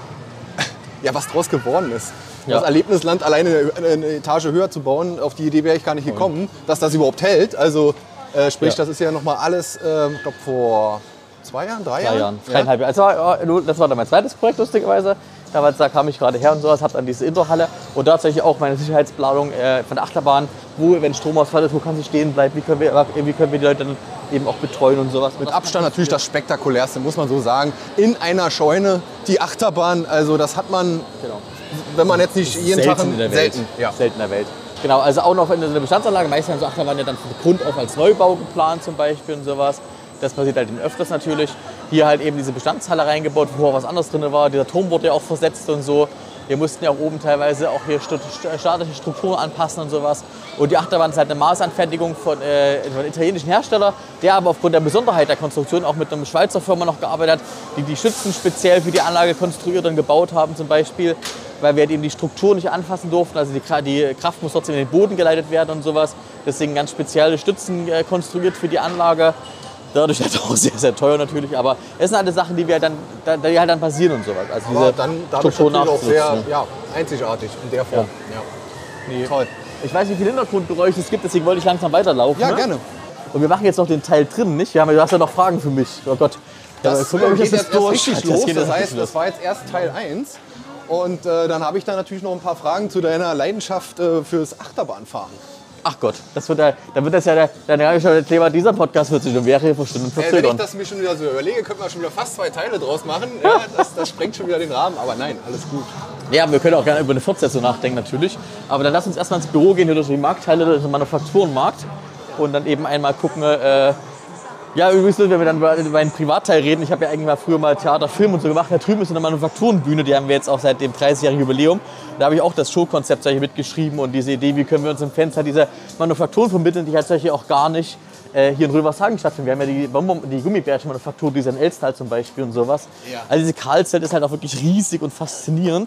ja, was draus geworden ist. Ja. Das Erlebnisland alleine eine Etage höher zu bauen, auf die Idee wäre ich gar nicht gekommen, dass das überhaupt hält. Also äh, sprich, Ja. das ist ja nochmal alles, äh, ich glaube vor zwei Jahren, drei, drei Jahren? Jahren, dreieinhalb Jahre. Also, das war dann mein zweites Projekt, lustigerweise. Damals da kam ich gerade her und sowas, habe dann diese Indoorhalle und da tatsächlich auch meine Sicherheitsplanung äh, von der Achterbahn, wo, wenn Stromausfall ist, wo kann sie stehen bleiben, wie können wir, wie können wir die Leute dann eben auch betreuen und sowas. Mit Abstand natürlich das Spektakulärste, muss man so sagen. In einer Scheune, die Achterbahn, also das hat man, Genau. wenn man jetzt nicht jeden Selten Tag... in der Welt. Selten, ja. Selten in der Welt. Genau, also auch noch in der Bestandsanlage. Meistens haben so Achterbahnen ja dann von Grund auf als Neubau geplant zum Beispiel und sowas. Das passiert halt in öfters natürlich. Hier halt eben diese Bestandshalle reingebaut, wo auch was anderes drin war. Dieser Turm wurde ja auch versetzt und so. Wir mussten ja auch oben teilweise auch hier statische Strukturen anpassen und sowas. Und die Achterbahn ist halt eine Maßanfertigung von, äh, von einem italienischen Hersteller, der aber aufgrund der Besonderheit der Konstruktion auch mit einer Schweizer Firma noch gearbeitet hat, die die Stützen speziell für die Anlage konstruiert und gebaut haben zum Beispiel, weil wir halt eben die Struktur nicht anfassen durften. Also die, die Kraft muss trotzdem in den Boden geleitet werden und sowas. Deswegen ganz spezielle Stützen äh, konstruiert für die Anlage. Dadurch halt auch sehr, sehr teuer natürlich, aber es sind alle Sachen, die wir dann, die halt dann passieren und sowas. Also Aber dann dadurch Struktur natürlich auch sehr nachzusetzen. ja, einzigartig in der Form. Ja. Nee. Toll. Ich weiß, wie viele Hintergrundgeräusche es gibt, deswegen wollte ich langsam weiterlaufen. Ja, ne? gerne. Und wir machen jetzt noch den Teil drin, nicht? Wir haben, du hast ja noch Fragen für mich. Oh Gott. Das Ja, guck mal, äh, ob ich geht das jetzt erst durch- richtig Das los. geht Das jetzt heißt, richtig das war jetzt erst Teil eins. Und äh, dann habe ich da natürlich noch ein paar Fragen zu deiner Leidenschaft äh, fürs Achterbahnfahren. Ach Gott, das wird ja, dann wird das ja der, dann habe ich schon der Thema dieser Podcast wird sich um mehrere Stunden Äh, wenn ich verzögern. das mir schon wieder so überlege, könnte man schon wieder fast zwei Teile draus machen. Ja, das, das sprengt schon wieder den Rahmen, aber nein, alles gut. Ja, wir können auch gerne über eine Fortsetzung nachdenken natürlich. Aber dann lass uns erstmal ins Büro gehen, hier durch die Marktteile, durch den Manufakturenmarkt. Und dann eben einmal gucken, äh, ja, übrigens, wenn wir dann über meinen Privatteil reden, ich habe ja eigentlich mal früher mal Theater, Film und so gemacht. Da drüben ist eine Manufakturenbühne, die haben wir jetzt auch seit dem dreißigjährigen Jubiläum. Da habe ich auch das Showkonzept solche mitgeschrieben und diese Idee, wie können wir uns im Fenster diese Manufakturen vermitteln, die halt solche auch gar nicht äh, hier in Rövershagen stattfinden. Wir haben ja die, Bonbon, die Gummibärchen-Manufaktur, die ist in Elstal zum Beispiel und sowas. Ja. Also diese Karlsfeld ist halt auch wirklich riesig und faszinierend.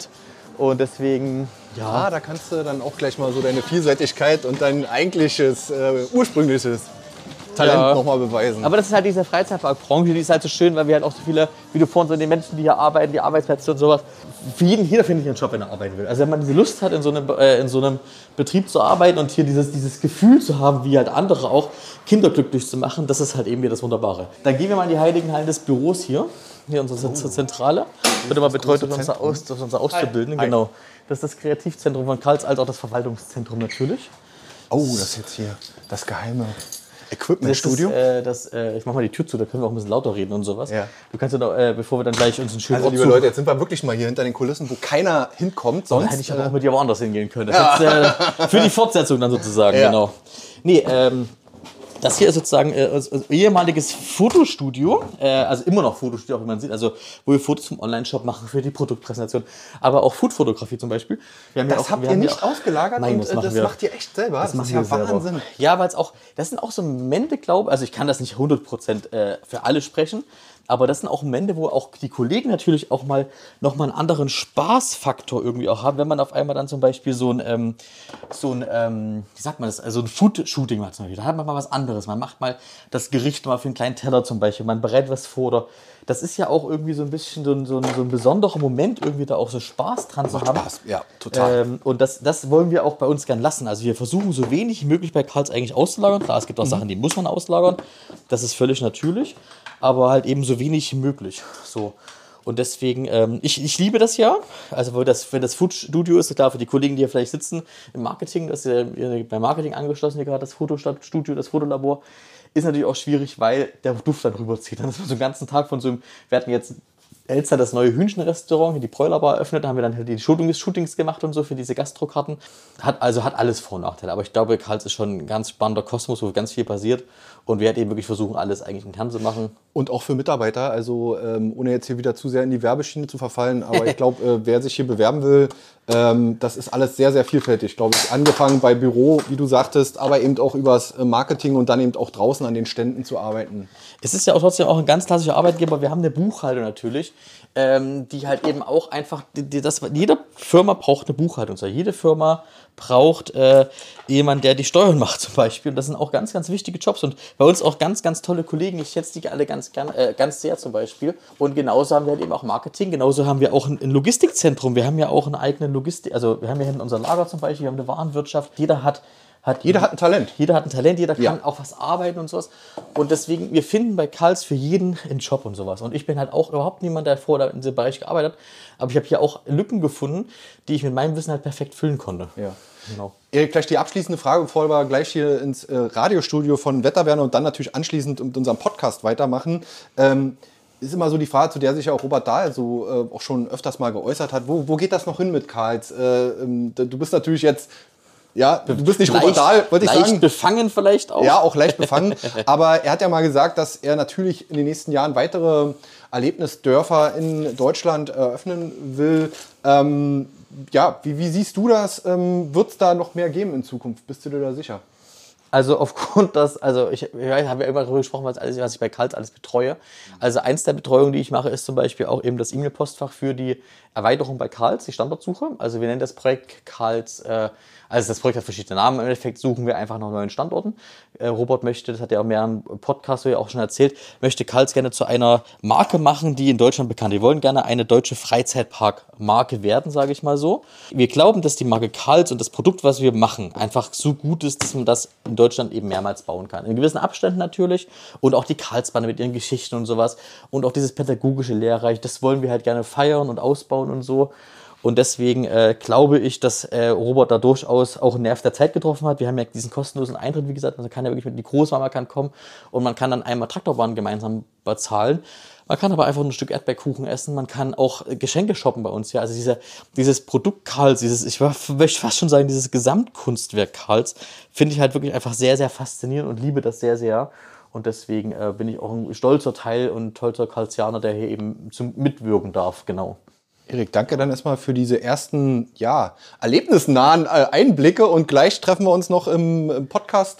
Und deswegen, ja, da kannst du dann auch gleich mal so deine Vielseitigkeit und dein eigentliches, äh, ursprüngliches Talent ja. nochmal beweisen. Aber das ist halt diese Freizeitparkbranche, die ist halt so schön, weil wir halt auch so viele, wie du vorhin so die Menschen, die hier arbeiten, die Arbeitsplätze und sowas, für jeden, jeder findet hier einen Job, wenn er arbeiten will. Also wenn man diese Lust hat, in so einem, äh, in so einem Betrieb zu arbeiten und hier dieses, dieses Gefühl zu haben, wie halt andere auch, Kinder glücklich zu machen, das ist halt eben hier das Wunderbare. Dann gehen wir mal in die heiligen Hallen des Büros hier, hier unsere oh. Zentrale. Wird immer betreut durch unser, Aus, durch unser Auszubildenden, Hi. genau. Das ist das Kreativzentrum von Karls, als auch das Verwaltungszentrum natürlich. Oh, das ist jetzt hier das geheime Equipment-Studio. Äh, äh, ich mach mal die Tür zu, da können wir auch ein bisschen lauter reden und sowas. Ja. Du kannst ja noch, äh, bevor wir dann gleich uns einen schönen Also Ort liebe Leute, jetzt sind wir wirklich mal hier hinter den Kulissen, wo keiner hinkommt. Sonst hätte ich aber auch mit dir woanders hingehen können. Das ja. ist, äh, für die Fortsetzung dann sozusagen, ja. genau. Nee, ähm, das hier ist sozusagen äh, also ehemaliges Fotostudio, äh, also immer noch Fotostudio, auch wie man sieht, also wo wir Fotos vom Online-Shop machen für die Produktpräsentation, aber auch Foodfotografie zum Beispiel. Wir haben das ja auch, habt ihr nicht auch, ausgelagert? Nein, und das, machen das wir, macht ihr echt selber? Das, das ist ja Wahnsinn. Selber. Ja, weil es auch, das sind auch so Momente, glaube ich, also ich kann das nicht hundert Prozent äh, für alle sprechen, aber das sind auch Momente, wo auch die Kollegen natürlich auch mal nochmal einen anderen Spaßfaktor irgendwie auch haben, wenn man auf einmal dann zum Beispiel so ein, ähm, so ein ähm, wie sagt man das, also ein Food-Shooting macht zum Beispiel. Da hat man mal was anderes. Man macht mal das Gericht mal für einen kleinen Teller zum Beispiel. Man bereitet was vor. Oder das ist ja auch irgendwie so ein bisschen so ein, so ein, so ein besonderer Moment, irgendwie da auch so Spaß dran zu haben. Spaß, ja, total. Ähm, und das, das wollen wir auch bei uns gern lassen. Also wir versuchen so wenig wie möglich bei Karls eigentlich auszulagern. Klar, es gibt auch mhm. Sachen, die muss man auslagern. Das ist völlig natürlich. Aber halt eben so wenig wie möglich. So. Und deswegen, ähm, ich, ich liebe das ja. Also wenn das, wenn das Foodstudio ist, klar, für die Kollegen, die hier vielleicht sitzen im Marketing, das ist ja beim Marketing angeschlossen, hier gerade das Fotostudio, das Fotolabor, ist natürlich auch schwierig, weil der Duft dann rüberzieht. Dann ist man so einen ganzen Tag von so einem, wir hatten jetzt Elster das neue Hühnchenrestaurant, hier die Bräulerbar eröffnet, da haben wir dann halt die Shootings, Shootings gemacht und so für diese Gastrokarten. Hat, also hat alles Vor- und Nachteile. Aber ich glaube, Karls ist schon ein ganz spannender Kosmos, wo ganz viel passiert. Und wir halt eben wirklich versuchen, alles eigentlich intern zu machen. Und auch für Mitarbeiter, also ähm, ohne jetzt hier wieder zu sehr in die Werbeschiene zu verfallen, aber ich glaube, äh, wer sich hier bewerben will, ähm, das ist alles sehr, sehr vielfältig, glaube ich. Angefangen bei Büro, wie du sagtest, aber eben auch übers Marketing und dann eben auch draußen an den Ständen zu arbeiten. Es ist ja auch trotzdem auch ein ganz klassischer Arbeitgeber. Wir haben eine Buchhaltung natürlich, ähm, die halt eben auch einfach, die, die, das, jede Firma braucht eine Buchhaltung. Also jede Firma braucht äh, jemanden, der die Steuern macht zum Beispiel. Und das sind auch ganz, ganz wichtige Jobs. Und bei uns auch ganz, ganz tolle Kollegen. Ich schätze die alle ganz, gern, äh, ganz sehr zum Beispiel. Und genauso haben wir halt eben auch Marketing. Genauso haben wir auch ein, ein Logistikzentrum. Wir haben ja auch eine eigene Logistik. Also wir haben ja unser Lager zum Beispiel, wir haben eine Warenwirtschaft. Jeder hat Hat, jeder hat ein Talent. Jeder hat ein Talent, jeder kann ja. auch was arbeiten und sowas. Und deswegen, wir finden bei Karls für jeden einen Job und sowas. Und ich bin halt auch überhaupt niemand, der vorher in diesem Bereich gearbeitet hat. Aber ich habe hier auch Lücken gefunden, die ich mit meinem Wissen halt perfekt füllen konnte. Ja. Genau. Erik, gleich die abschließende Frage, bevor wir gleich hier ins äh, Radiostudio von Wetterwerner und dann natürlich anschließend mit unserem Podcast weitermachen. Ähm, ist immer so die Frage, zu der sich auch Robert Dahl so äh, auch schon öfters mal geäußert hat. Wo, wo geht das noch hin mit Karls? Äh, ähm, du bist natürlich jetzt Ja, du bist nicht leicht, Robert Dahl, wollte ich leicht sagen. Leicht befangen vielleicht auch. Ja, auch leicht befangen. Aber er hat ja mal gesagt, dass er natürlich in den nächsten Jahren weitere Erlebnisdörfer in Deutschland eröffnen will. Ähm, ja, wie, wie siehst du das? Ähm, wird es da noch mehr geben in Zukunft? Bist du dir da sicher? Also aufgrund des, also ich, ich habe ja immer darüber gesprochen, was, alles, was ich bei Karls alles betreue. Also eins der Betreuungen, die ich mache, ist zum Beispiel auch eben das E-Mail-Postfach für die Erweiterung bei Karls, die Standortsuche. Also wir nennen das Projekt Karls, äh, also das Projekt hat verschiedene Namen. Im Endeffekt suchen wir einfach nach neuen Standorten. Äh, Robert möchte, das hat er auch mehreren Podcasts ja auch schon erzählt, möchte Karls gerne zu einer Marke machen, die in Deutschland bekannt ist. Wir wollen gerne eine deutsche Freizeitpark-Marke werden, sage ich mal so. Wir glauben, dass die Marke Karls und das Produkt, was wir machen, einfach so gut ist, dass man das in Deutschland eben mehrmals bauen kann. In gewissen Abständen natürlich. Und auch die Karlsbahn mit ihren Geschichten und sowas. Und auch dieses pädagogische Lehrreich, das wollen wir halt gerne feiern und ausbauen und so. Und deswegen äh, glaube ich, dass äh, Robert da durchaus auch einen Nerv der Zeit getroffen hat. Wir haben ja diesen kostenlosen Eintritt, wie gesagt. Man kann ja wirklich mit die Großmama kann kommen und man kann dann einmal Traktorbahn gemeinsam bezahlen. Man kann aber einfach ein Stück Erdbeerkuchen essen. Man kann auch Geschenke shoppen bei uns. Ja, also dieser, dieses Produkt Karls, dieses, ich möchte fast schon sagen, dieses Gesamtkunstwerk Karls, finde ich halt wirklich einfach sehr, sehr faszinierend und liebe das sehr, sehr. Und deswegen äh, bin ich auch ein stolzer Teil und stolzer Karlsianer, der hier eben zum Mitwirken darf, genau. Erik, danke dann erstmal für diese ersten, ja, erlebnisnahen Einblicke und gleich treffen wir uns noch im, im Podcast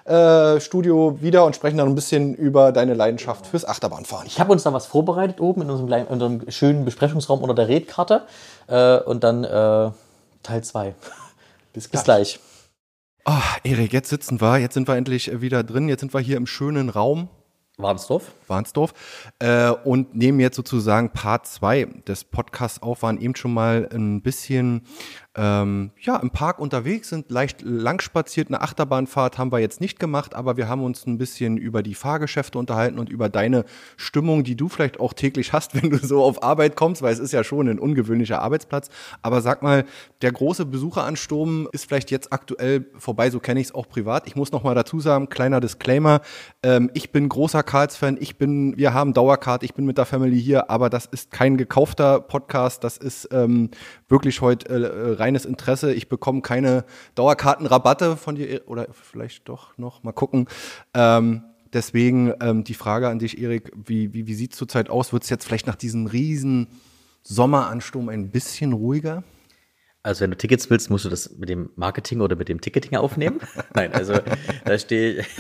äh, Studio wieder und sprechen dann ein bisschen über deine Leidenschaft fürs Achterbahnfahren. Ich habe uns da was vorbereitet oben in unserem, kleinen, in unserem schönen Besprechungsraum unter der Redkarte. Äh, und dann äh, Teil zwei. Bis, Bis gleich. Oh, Erik, jetzt sitzen wir, jetzt sind wir endlich wieder drin. Jetzt sind wir hier im schönen Raum. Warnsdorf. Warnsdorf. Äh, und nehmen jetzt sozusagen Part zwei des Podcasts auf, waren eben schon mal ein bisschen ähm, ja, im Park unterwegs, sind leicht lang spaziert. Eine Achterbahnfahrt haben wir jetzt nicht gemacht, aber wir haben uns ein bisschen über die Fahrgeschäfte unterhalten und über deine Stimmung, die du vielleicht auch täglich hast, wenn du so auf Arbeit kommst, weil es ist ja schon ein ungewöhnlicher Arbeitsplatz. Aber sag mal, der große Besucheransturm ist vielleicht jetzt aktuell vorbei, so kenne ich es auch privat. Ich muss noch mal dazu sagen, kleiner Disclaimer, ähm, ich bin großer Karls-Fan, ich bin, wir haben Dauerkarte, ich bin mit der Family hier, aber das ist kein gekaufter Podcast, das ist ähm, wirklich heute äh, reines Interesse. Ich bekomme keine Dauerkartenrabatte von dir, oder vielleicht doch noch, mal gucken. Ähm, deswegen ähm, die Frage an dich, Erik, wie, wie, wie sieht es zurzeit aus? Wird es jetzt vielleicht nach diesem riesen Sommeransturm ein bisschen ruhiger? Also wenn du Tickets willst, musst du das mit dem Marketing oder mit dem Ticketing aufnehmen. Nein, also da stehe ich,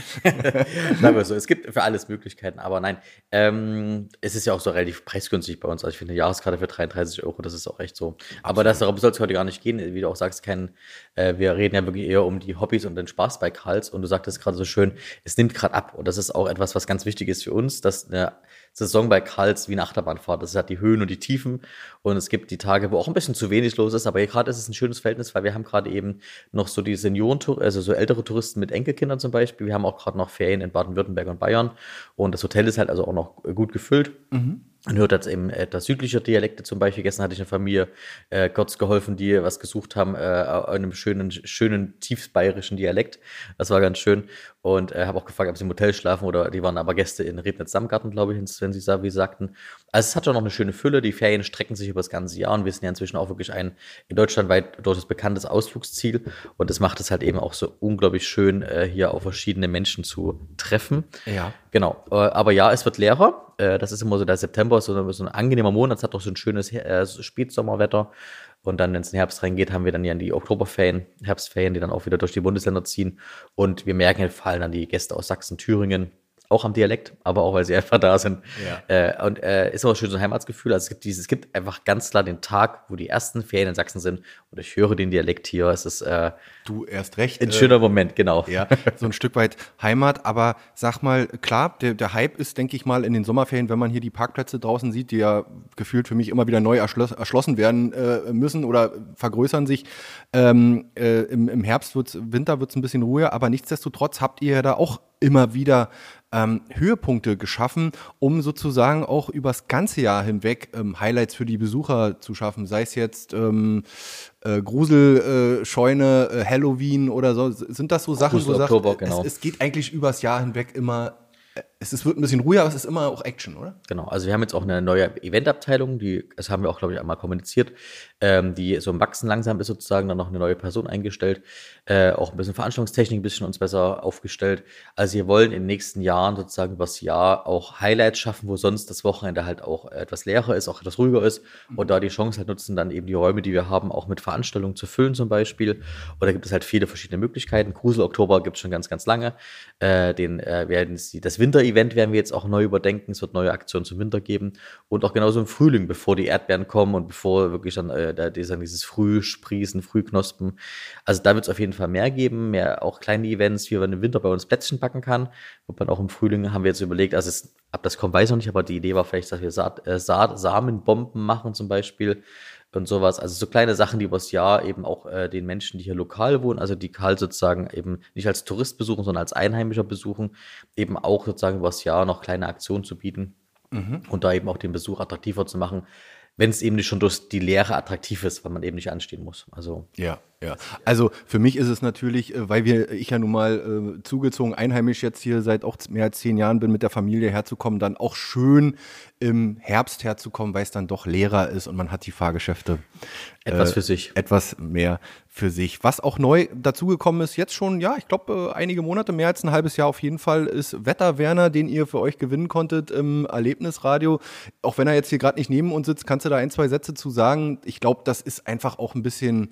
sagen wir so, es gibt für alles Möglichkeiten, aber nein, ähm, es ist ja auch so relativ preisgünstig bei uns. Also ich finde eine Jahreskarte für dreiunddreißig Euro, das ist auch echt so. Aber das, darum soll es heute gar nicht gehen, wie du auch sagst, kein, äh, wir reden ja wirklich eher um die Hobbys und den Spaß bei Karls und du sagtest gerade so schön, es nimmt gerade ab und das ist auch etwas, was ganz wichtig ist für uns, dass eine Saison bei Karls wie eine Achterbahnfahrt, das hat die Höhen und die Tiefen und es gibt die Tage, wo auch ein bisschen zu wenig los ist, aber hier gerade ist es ein schönes Verhältnis, weil wir haben gerade eben noch so die Senioren, also so ältere Touristen mit Enkelkindern zum Beispiel. Wir haben auch gerade noch Ferien in Baden-Württemberg und Bayern und das Hotel ist halt also auch noch gut gefüllt. Mhm. Man hört jetzt eben etwas südlicher Dialekte zum Beispiel. Gestern hatte ich eine Familie äh, kurz geholfen, die was gesucht haben, äh, einem schönen, schönen tiefbayerischen Dialekt. Das war ganz schön. Und äh, habe auch gefragt, ob sie im Hotel schlafen oder die waren aber Gäste in Rednitz-Samgarten, glaube ich, wenn sie wie sagten. Also es hat schon noch eine schöne Fülle. Die Ferien strecken sich über das ganze Jahr und wir sind ja inzwischen auch wirklich ein in Deutschland weit durchaus bekanntes Ausflugsziel. Und das macht es halt eben auch so unglaublich schön, äh, hier auf verschiedene Menschen zu treffen. Ja. Genau. Äh, aber ja, es wird leerer. Äh, das ist immer so der September, so, so ein angenehmer Monat. Es hat doch so ein schönes äh, Spätsommerwetter. Und dann, wenn es in den Herbst reingeht, haben wir dann ja die Oktoberferien, Herbstferien, die dann auch wieder durch die Bundesländer ziehen. Und wir merken, fallen dann die Gäste aus Sachsen, Thüringen, auch am Dialekt, aber auch, weil sie einfach da sind. Ja. Äh, und äh, ist auch schön so ein Heimatsgefühl. Also es gibt dieses, es gibt einfach ganz klar den Tag, wo die ersten Ferien in Sachsen sind und ich höre den Dialekt hier. Es ist äh, du erst recht. Ein äh, schöner Moment, genau. Ja, so ein Stück weit Heimat. Aber sag mal, klar, der, der Hype ist, denke ich mal, in den Sommerferien, wenn man hier die Parkplätze draußen sieht, die ja gefühlt für mich immer wieder neu erschloss, erschlossen werden äh, müssen oder vergrößern sich. Ähm, äh, im, Im Herbst wird's, Winter wird es ein bisschen ruhiger, aber nichtsdestotrotz habt ihr ja da auch immer wieder ähm, Höhepunkte geschaffen, um sozusagen auch übers ganze Jahr hinweg ähm, Highlights für die Besucher zu schaffen, sei es jetzt ähm, äh, Gruselscheune, äh, Halloween oder so. Sind das so Sachen, Grusel, wo du Oktober, sagst, genau. es, es geht eigentlich übers Jahr hinweg immer, es ist, wird ein bisschen ruhiger, aber es ist immer auch Action, oder? Genau, also wir haben jetzt auch eine neue Eventabteilung, die, das haben wir auch, glaube ich, einmal kommuniziert, ähm, die so im Wachsen langsam ist sozusagen, dann noch eine neue Person eingestellt, äh, auch ein bisschen Veranstaltungstechnik, ein bisschen uns besser aufgestellt. Also wir wollen in den nächsten Jahren sozusagen übers Jahr auch Highlights schaffen, wo sonst das Wochenende halt auch etwas leerer ist, auch etwas ruhiger ist und da die Chance halt nutzen, dann eben die Räume, die wir haben, auch mit Veranstaltungen zu füllen zum Beispiel. Und da gibt es halt viele verschiedene Möglichkeiten. Grusel Oktober gibt es schon ganz, ganz lange. Äh, den äh, werden sie, das Winter-Event werden wir jetzt auch neu überdenken. Es wird neue Aktionen zum Winter geben und auch genauso im Frühling, bevor die Erdbeeren kommen und bevor wirklich dann äh, da, dieses Frühsprießen, Frühknospen. Also da wird es auf jeden Fall mehr geben, mehr auch kleine Events, wie man im Winter bei uns Plätzchen backen kann. Und dann auch im Frühling haben wir jetzt überlegt, also es, ob das kommt, weiß ich noch nicht, aber die Idee war vielleicht, dass wir Saat, äh, Saat, Samenbomben machen zum Beispiel und sowas. Also so kleine Sachen, die übers Jahr eben auch äh, den Menschen, die hier lokal wohnen, also die Karl sozusagen eben nicht als Tourist besuchen, sondern als Einheimischer besuchen, eben auch sozusagen übers Jahr noch kleine Aktionen zu bieten mhm. und da eben auch den Besuch attraktiver zu machen, wenn es eben nicht schon durch die Lehre attraktiv ist, weil man eben nicht anstehen muss. Also ja, ja. Also für mich ist es natürlich, weil wir, ich ja nun mal äh, zugezogen, einheimisch jetzt hier seit auch mehr als zehn Jahren bin, mit der Familie herzukommen, dann auch schön im Herbst herzukommen, weil es dann doch leerer ist und man hat die Fahrgeschäfte etwas äh, für sich. Etwas mehr für sich. Was auch neu dazugekommen ist, jetzt schon, ja, ich glaube, äh, einige Monate, mehr als ein halbes Jahr auf jeden Fall, ist Wetter Werner, den ihr für euch gewinnen konntet im Erlebnisradio. Auch wenn er jetzt hier gerade nicht neben uns sitzt, kannst du da ein, zwei Sätze zu sagen. Ich glaube, das ist einfach auch ein bisschen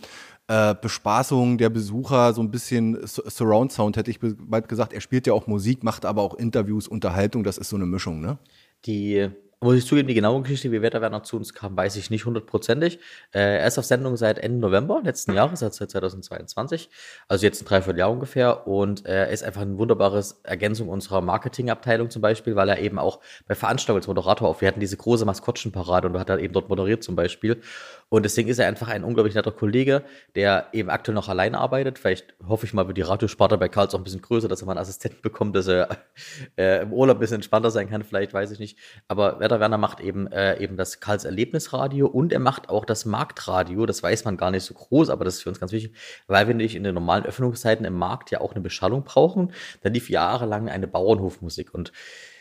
äh, Bespaßung der Besucher, so ein bisschen Surround Sound, hätte ich bald gesagt. Er spielt ja auch Musik, macht aber auch Interviews, Unterhaltung, das ist so eine Mischung, ne? Die, muss ich zugeben, die genaue Geschichte, wie Wetterwerner zu uns kam, weiß ich nicht hundertprozentig. Äh, er ist auf Sendung seit Ende November letzten Jahres, seit zweitausendzweiundzwanzig, also jetzt ein Dreivierteljahr ungefähr. Und äh, er ist einfach eine wunderbare Ergänzung unserer Marketingabteilung zum Beispiel, weil er eben auch bei Veranstaltungen als Moderator auf, wir hatten diese große Maskottchenparade und hat er eben dort moderiert zum Beispiel. Und deswegen ist er einfach ein unglaublich netter Kollege, der eben aktuell noch alleine arbeitet. Vielleicht hoffe ich mal, wird die Radiosparte bei Karls auch ein bisschen größer, dass er mal einen Assistenten bekommt, dass er äh, im Urlaub ein bisschen entspannter sein kann, vielleicht, weiß ich nicht. Aber Werder Werner macht eben, äh, eben das Karls Erlebnisradio und er macht auch das Marktradio. Das weiß man gar nicht so groß, aber das ist für uns ganz wichtig, weil wir nicht in den normalen Öffnungszeiten im Markt ja auch eine Beschallung brauchen. Da lief jahrelang eine Bauernhofmusik und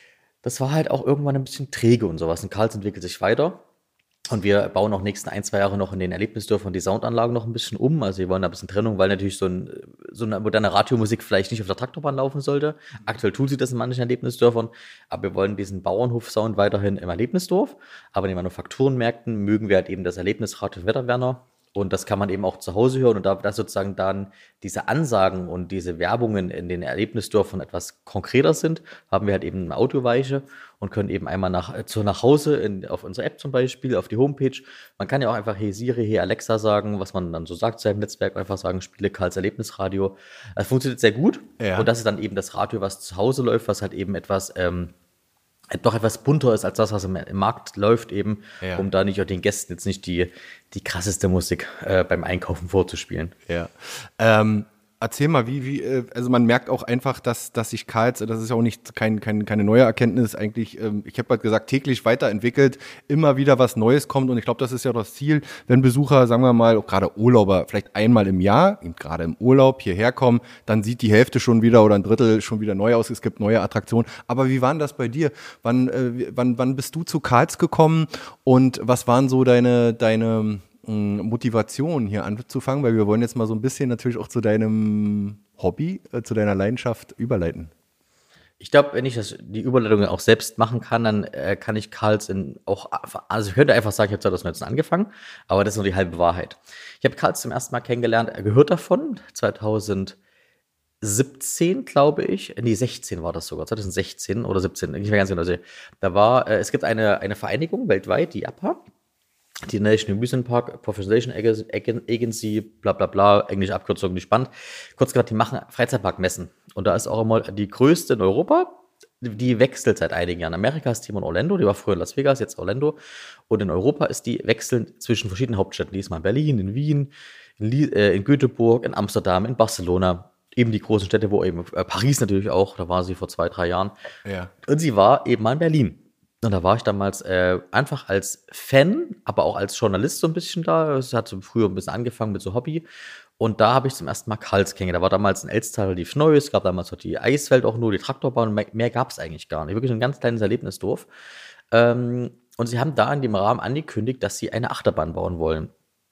das war halt auch irgendwann ein bisschen träge und sowas. Und Karls entwickelt sich weiter. Und wir bauen auch nächsten ein, zwei Jahre noch in den Erlebnisdörfern die Soundanlagen noch ein bisschen um. Also wir wollen da ein bisschen Trennung, weil natürlich so, ein, so eine moderne Radiomusik vielleicht nicht auf der Traktorbahn laufen sollte. Aktuell tut sie das in manchen Erlebnisdörfern. Aber wir wollen diesen Bauernhof-Sound weiterhin im Erlebnisdorf. Aber in den Manufakturenmärkten mögen wir halt eben das Erlebnisradio Wetterwerner. Und das kann man eben auch zu Hause hören. Und da, da sozusagen dann diese Ansagen und diese Werbungen in den Erlebnisdörfern etwas konkreter sind, haben wir halt eben eine Audioweiche und können eben einmal nach, zu nach Hause in, auf unsere App zum Beispiel, auf die Homepage. Man kann ja auch einfach Hey Siri, Hey Alexa sagen, was man dann so sagt zu seinem Netzwerk, einfach sagen, spiele Karls Erlebnisradio. Das funktioniert sehr gut. Ja. Und das ist dann eben das Radio, was zu Hause läuft, was halt eben etwas ähm, doch etwas bunter ist als das, was im, im Markt läuft, eben, ja. um da nicht auch den Gästen jetzt nicht die, die krasseste Musik äh, beim Einkaufen vorzuspielen. Ja. Ähm, erzähl mal, wie, wie, äh, also man merkt auch einfach, dass, dass sich Karls, das ist ja auch nicht kein, kein, keine neue Erkenntnis, eigentlich, ähm, ich habe halt gesagt, täglich weiterentwickelt, immer wieder was Neues kommt und ich glaube, das ist ja das Ziel, wenn Besucher, sagen wir mal, auch gerade Urlauber, vielleicht einmal im Jahr, eben gerade im Urlaub hierher kommen, dann sieht die Hälfte schon wieder oder ein Drittel schon wieder neu aus, es gibt neue Attraktionen. Aber wie war denn das bei dir? Wann, äh, wann, wann bist du zu Karls gekommen und was waren so deine, deine Motivation hier anzufangen, weil wir wollen jetzt mal so ein bisschen natürlich auch zu deinem Hobby, äh, zu deiner Leidenschaft überleiten. Ich glaube, wenn ich das, die Überleitung auch selbst machen kann, dann äh, kann ich Karls in auch, also ich könnte einfach sagen, ich habe zweitausendneunzehn angefangen, aber das ist nur die halbe Wahrheit. Ich habe Karls zum ersten Mal kennengelernt, er gehört davon, zweitausendsiebzehn, glaube ich, nee, sechzehn war das sogar, zweitausendsechzehn oder siebzehn, ich weiß ganz genau. Da war, äh, es gibt eine, eine Vereinigung weltweit, die A P A, die National Amusement Park Professionalization Agency, bla bla bla, englische Abkürzung, nicht spannend. Kurz gesagt, die machen Freizeitparkmessen. Und da ist auch immer die größte in Europa, die wechselt seit einigen Jahren. In Amerika ist die in Orlando, die war früher in Las Vegas, jetzt Orlando. Und in Europa ist die wechselnd zwischen verschiedenen Hauptstädten. Die ist mal in Berlin, in Wien, in, Lie- äh, in Göteborg, in Amsterdam, in Barcelona. Eben die großen Städte, wo eben, äh, Paris natürlich auch, da war sie vor zwei, drei Jahren. Ja. Und sie war eben mal in Berlin. Und da war ich damals äh, einfach als Fan, aber auch als Journalist so ein bisschen da. Es hat so früher ein bisschen angefangen mit so Hobby. Und da habe ich zum ersten Mal Karls kennengelernt. Da war damals ein Elster relativ neu. Es gab damals noch die Eiswelt auch nur, die Traktorbahn. Mehr, mehr gab es eigentlich gar nicht. Wirklich ein ganz kleines Erlebnisdorf. Ähm, und sie haben da in dem Rahmen angekündigt, dass sie eine Achterbahn bauen wollen.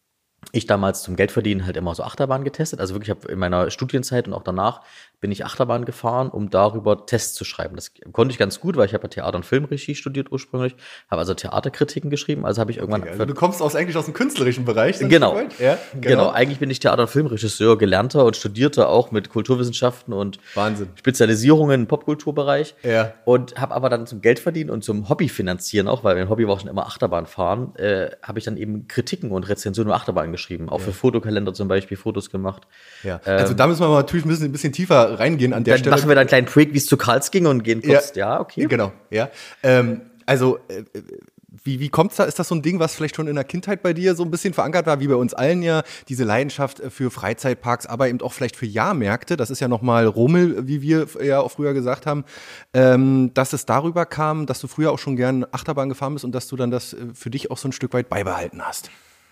Ich damals zum Geldverdienen halt immer so Achterbahn getestet. Also wirklich, ich habe in meiner Studienzeit und auch danach bin ich Achterbahn gefahren, um darüber Tests zu schreiben. Das konnte ich ganz gut, weil ich habe ja Theater- und Filmregie studiert ursprünglich, habe also Theaterkritiken geschrieben. Also habe ich irgendwann... Okay, also du kommst aus, eigentlich aus dem künstlerischen Bereich. Genau. Ja, genau. genau. Eigentlich bin ich Theater- und Filmregisseur, gelernter und studierte auch mit Kulturwissenschaften und Wahnsinn. Spezialisierungen im Popkulturbereich. Ja. Und habe aber dann zum Geldverdienen und zum Hobby finanzieren auch, weil mein Hobby war schon immer Achterbahn fahren, äh, habe ich dann eben Kritiken und Rezensionen über Achterbahn geschrieben. Auch ja. für Fotokalender zum Beispiel Fotos gemacht. Ja. Also ähm, da müssen wir mal natürlich ein bisschen, ein bisschen tiefer reingehen an der dann Stelle. Machen wir dann einen kleinen Break, wie es zu Karls ging und gehen kurz, ja, ja okay. Genau, ja. Ähm, also, äh, wie, wie kommt's da? Ist das so ein Ding, was vielleicht schon in der Kindheit bei dir so ein bisschen verankert war, wie bei uns allen ja, diese Leidenschaft für Freizeitparks, aber eben auch vielleicht für Jahrmärkte, das ist ja nochmal Rummel, wie wir ja auch früher gesagt haben, ähm, dass es darüber kam, dass du früher auch schon gern Achterbahn gefahren bist und dass du dann das für dich auch so ein Stück weit beibehalten hast?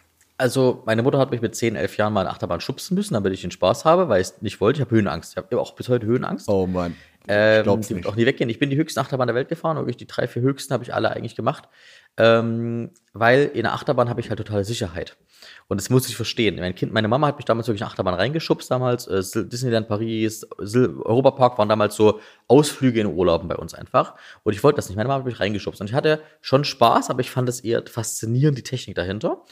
Also, meine Mutter hat mich mit zehn, elf Jahren mal in Achterbahn schubsen müssen, damit ich den Spaß habe, weil ich es nicht wollte. Ich habe Höhenangst. Ich habe auch bis heute Höhenangst. Oh Mann. Ähm, ich glaub's die nicht. wird auch nie weggehen. Ich bin die höchsten Achterbahn der Welt gefahren. Wirklich die drei, vier höchsten habe ich alle eigentlich gemacht. Ähm, weil in der Achterbahn habe ich halt totale Sicherheit. Und das muss ich verstehen. Mein Kind, meine Mama hat mich damals wirklich in Achterbahn reingeschubst damals. Äh, Disneyland Paris, Europapark waren damals so Ausflüge in Urlauben bei uns einfach. Und ich wollte das nicht. Meine Mama hat mich reingeschubst. Und ich hatte schon Spaß, aber ich fand es eher faszinierend, die Technik dahinter.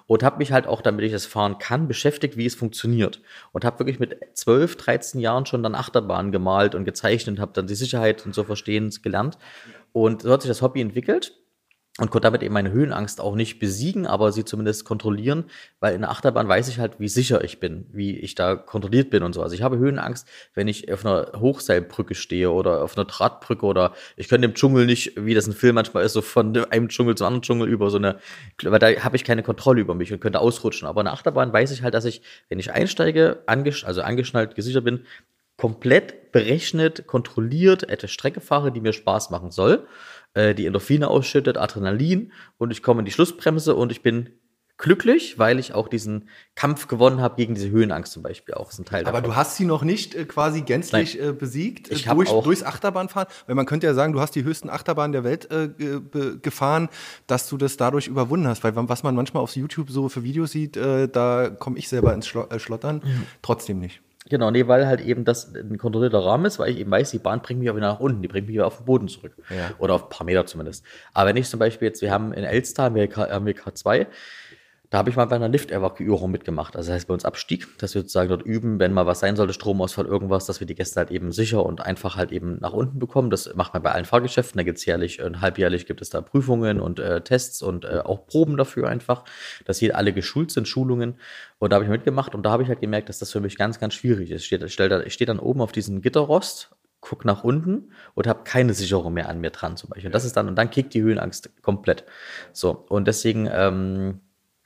und habe mich halt auch, damit ich das fahren kann, beschäftigt, wie es funktioniert. Und habe wirklich mit zwölf, dreizehn Jahren schon dann Achterbahnen gemalt und gezeichnet, habe dann die Sicherheit und so verstehen gelernt. Und so hat sich das Hobby entwickelt. Und konnte damit eben meine Höhenangst auch nicht besiegen, aber sie zumindest kontrollieren, weil in der Achterbahn weiß ich halt, wie sicher ich bin, wie ich da kontrolliert bin und so. Also ich habe Höhenangst, wenn ich auf einer Hochseilbrücke stehe oder auf einer Drahtbrücke oder ich könnte im Dschungel nicht, wie das in Film manchmal ist, so von einem Dschungel zum anderen Dschungel über so eine, weil da habe ich keine Kontrolle über mich und könnte ausrutschen. Aber in der Achterbahn weiß ich halt, dass ich, wenn ich einsteige, angesch- also angeschnallt, gesichert bin, komplett berechnet, kontrolliert etwas Strecke fahre, die mir Spaß machen soll, äh, die Endorphine ausschüttet, Adrenalin und ich komme in die Schlussbremse und ich bin glücklich, weil ich auch diesen Kampf gewonnen habe gegen diese Höhenangst zum Beispiel auch. Das ist ein Teil Aber davon. du hast sie noch nicht äh, quasi gänzlich äh, besiegt Ich äh, hab durch, auch- durchs Achterbahnfahren? Weil man könnte ja sagen, du hast die höchsten Achterbahnen der Welt äh, ge be- gefahren, dass du das dadurch überwunden hast. Weil was man manchmal auf YouTube so für Videos sieht, äh, da komme ich selber ins Schlo äh, Schlottern. Trotzdem nicht. Genau, nee, weil halt eben das ein kontrollierter Rahmen ist, weil ich eben weiß, die Bahn bringt mich auch wieder nach unten, die bringt mich wieder auf den Boden zurück. Ja. Oder auf ein paar Meter zumindest. Aber wenn ich zum Beispiel jetzt, wir haben in Elster, haben wir, K- haben wir K zwei, da habe ich mal bei einer Liftevakuierung mitgemacht. Also das heißt bei uns Abstieg, dass wir sozusagen dort üben, wenn mal was sein sollte, Stromausfall, irgendwas, dass wir die Gäste halt eben sicher und einfach halt eben nach unten bekommen. Das macht man bei allen Fahrgeschäften. Da gibt es jährlich, äh, halbjährlich gibt es da Prüfungen und äh, Tests und äh, auch Proben dafür einfach, dass hier alle geschult sind, Schulungen. Und da habe ich mitgemacht und da habe ich halt gemerkt, dass das für mich ganz, ganz schwierig ist. Ich stehe, ich stell da, ich stehe dann oben auf diesen Gitterrost, guck nach unten und habe keine Sicherung mehr an mir dran zum Beispiel. Und das ist dann, und dann kickt die Höhenangst komplett. So, und deswegen ähm,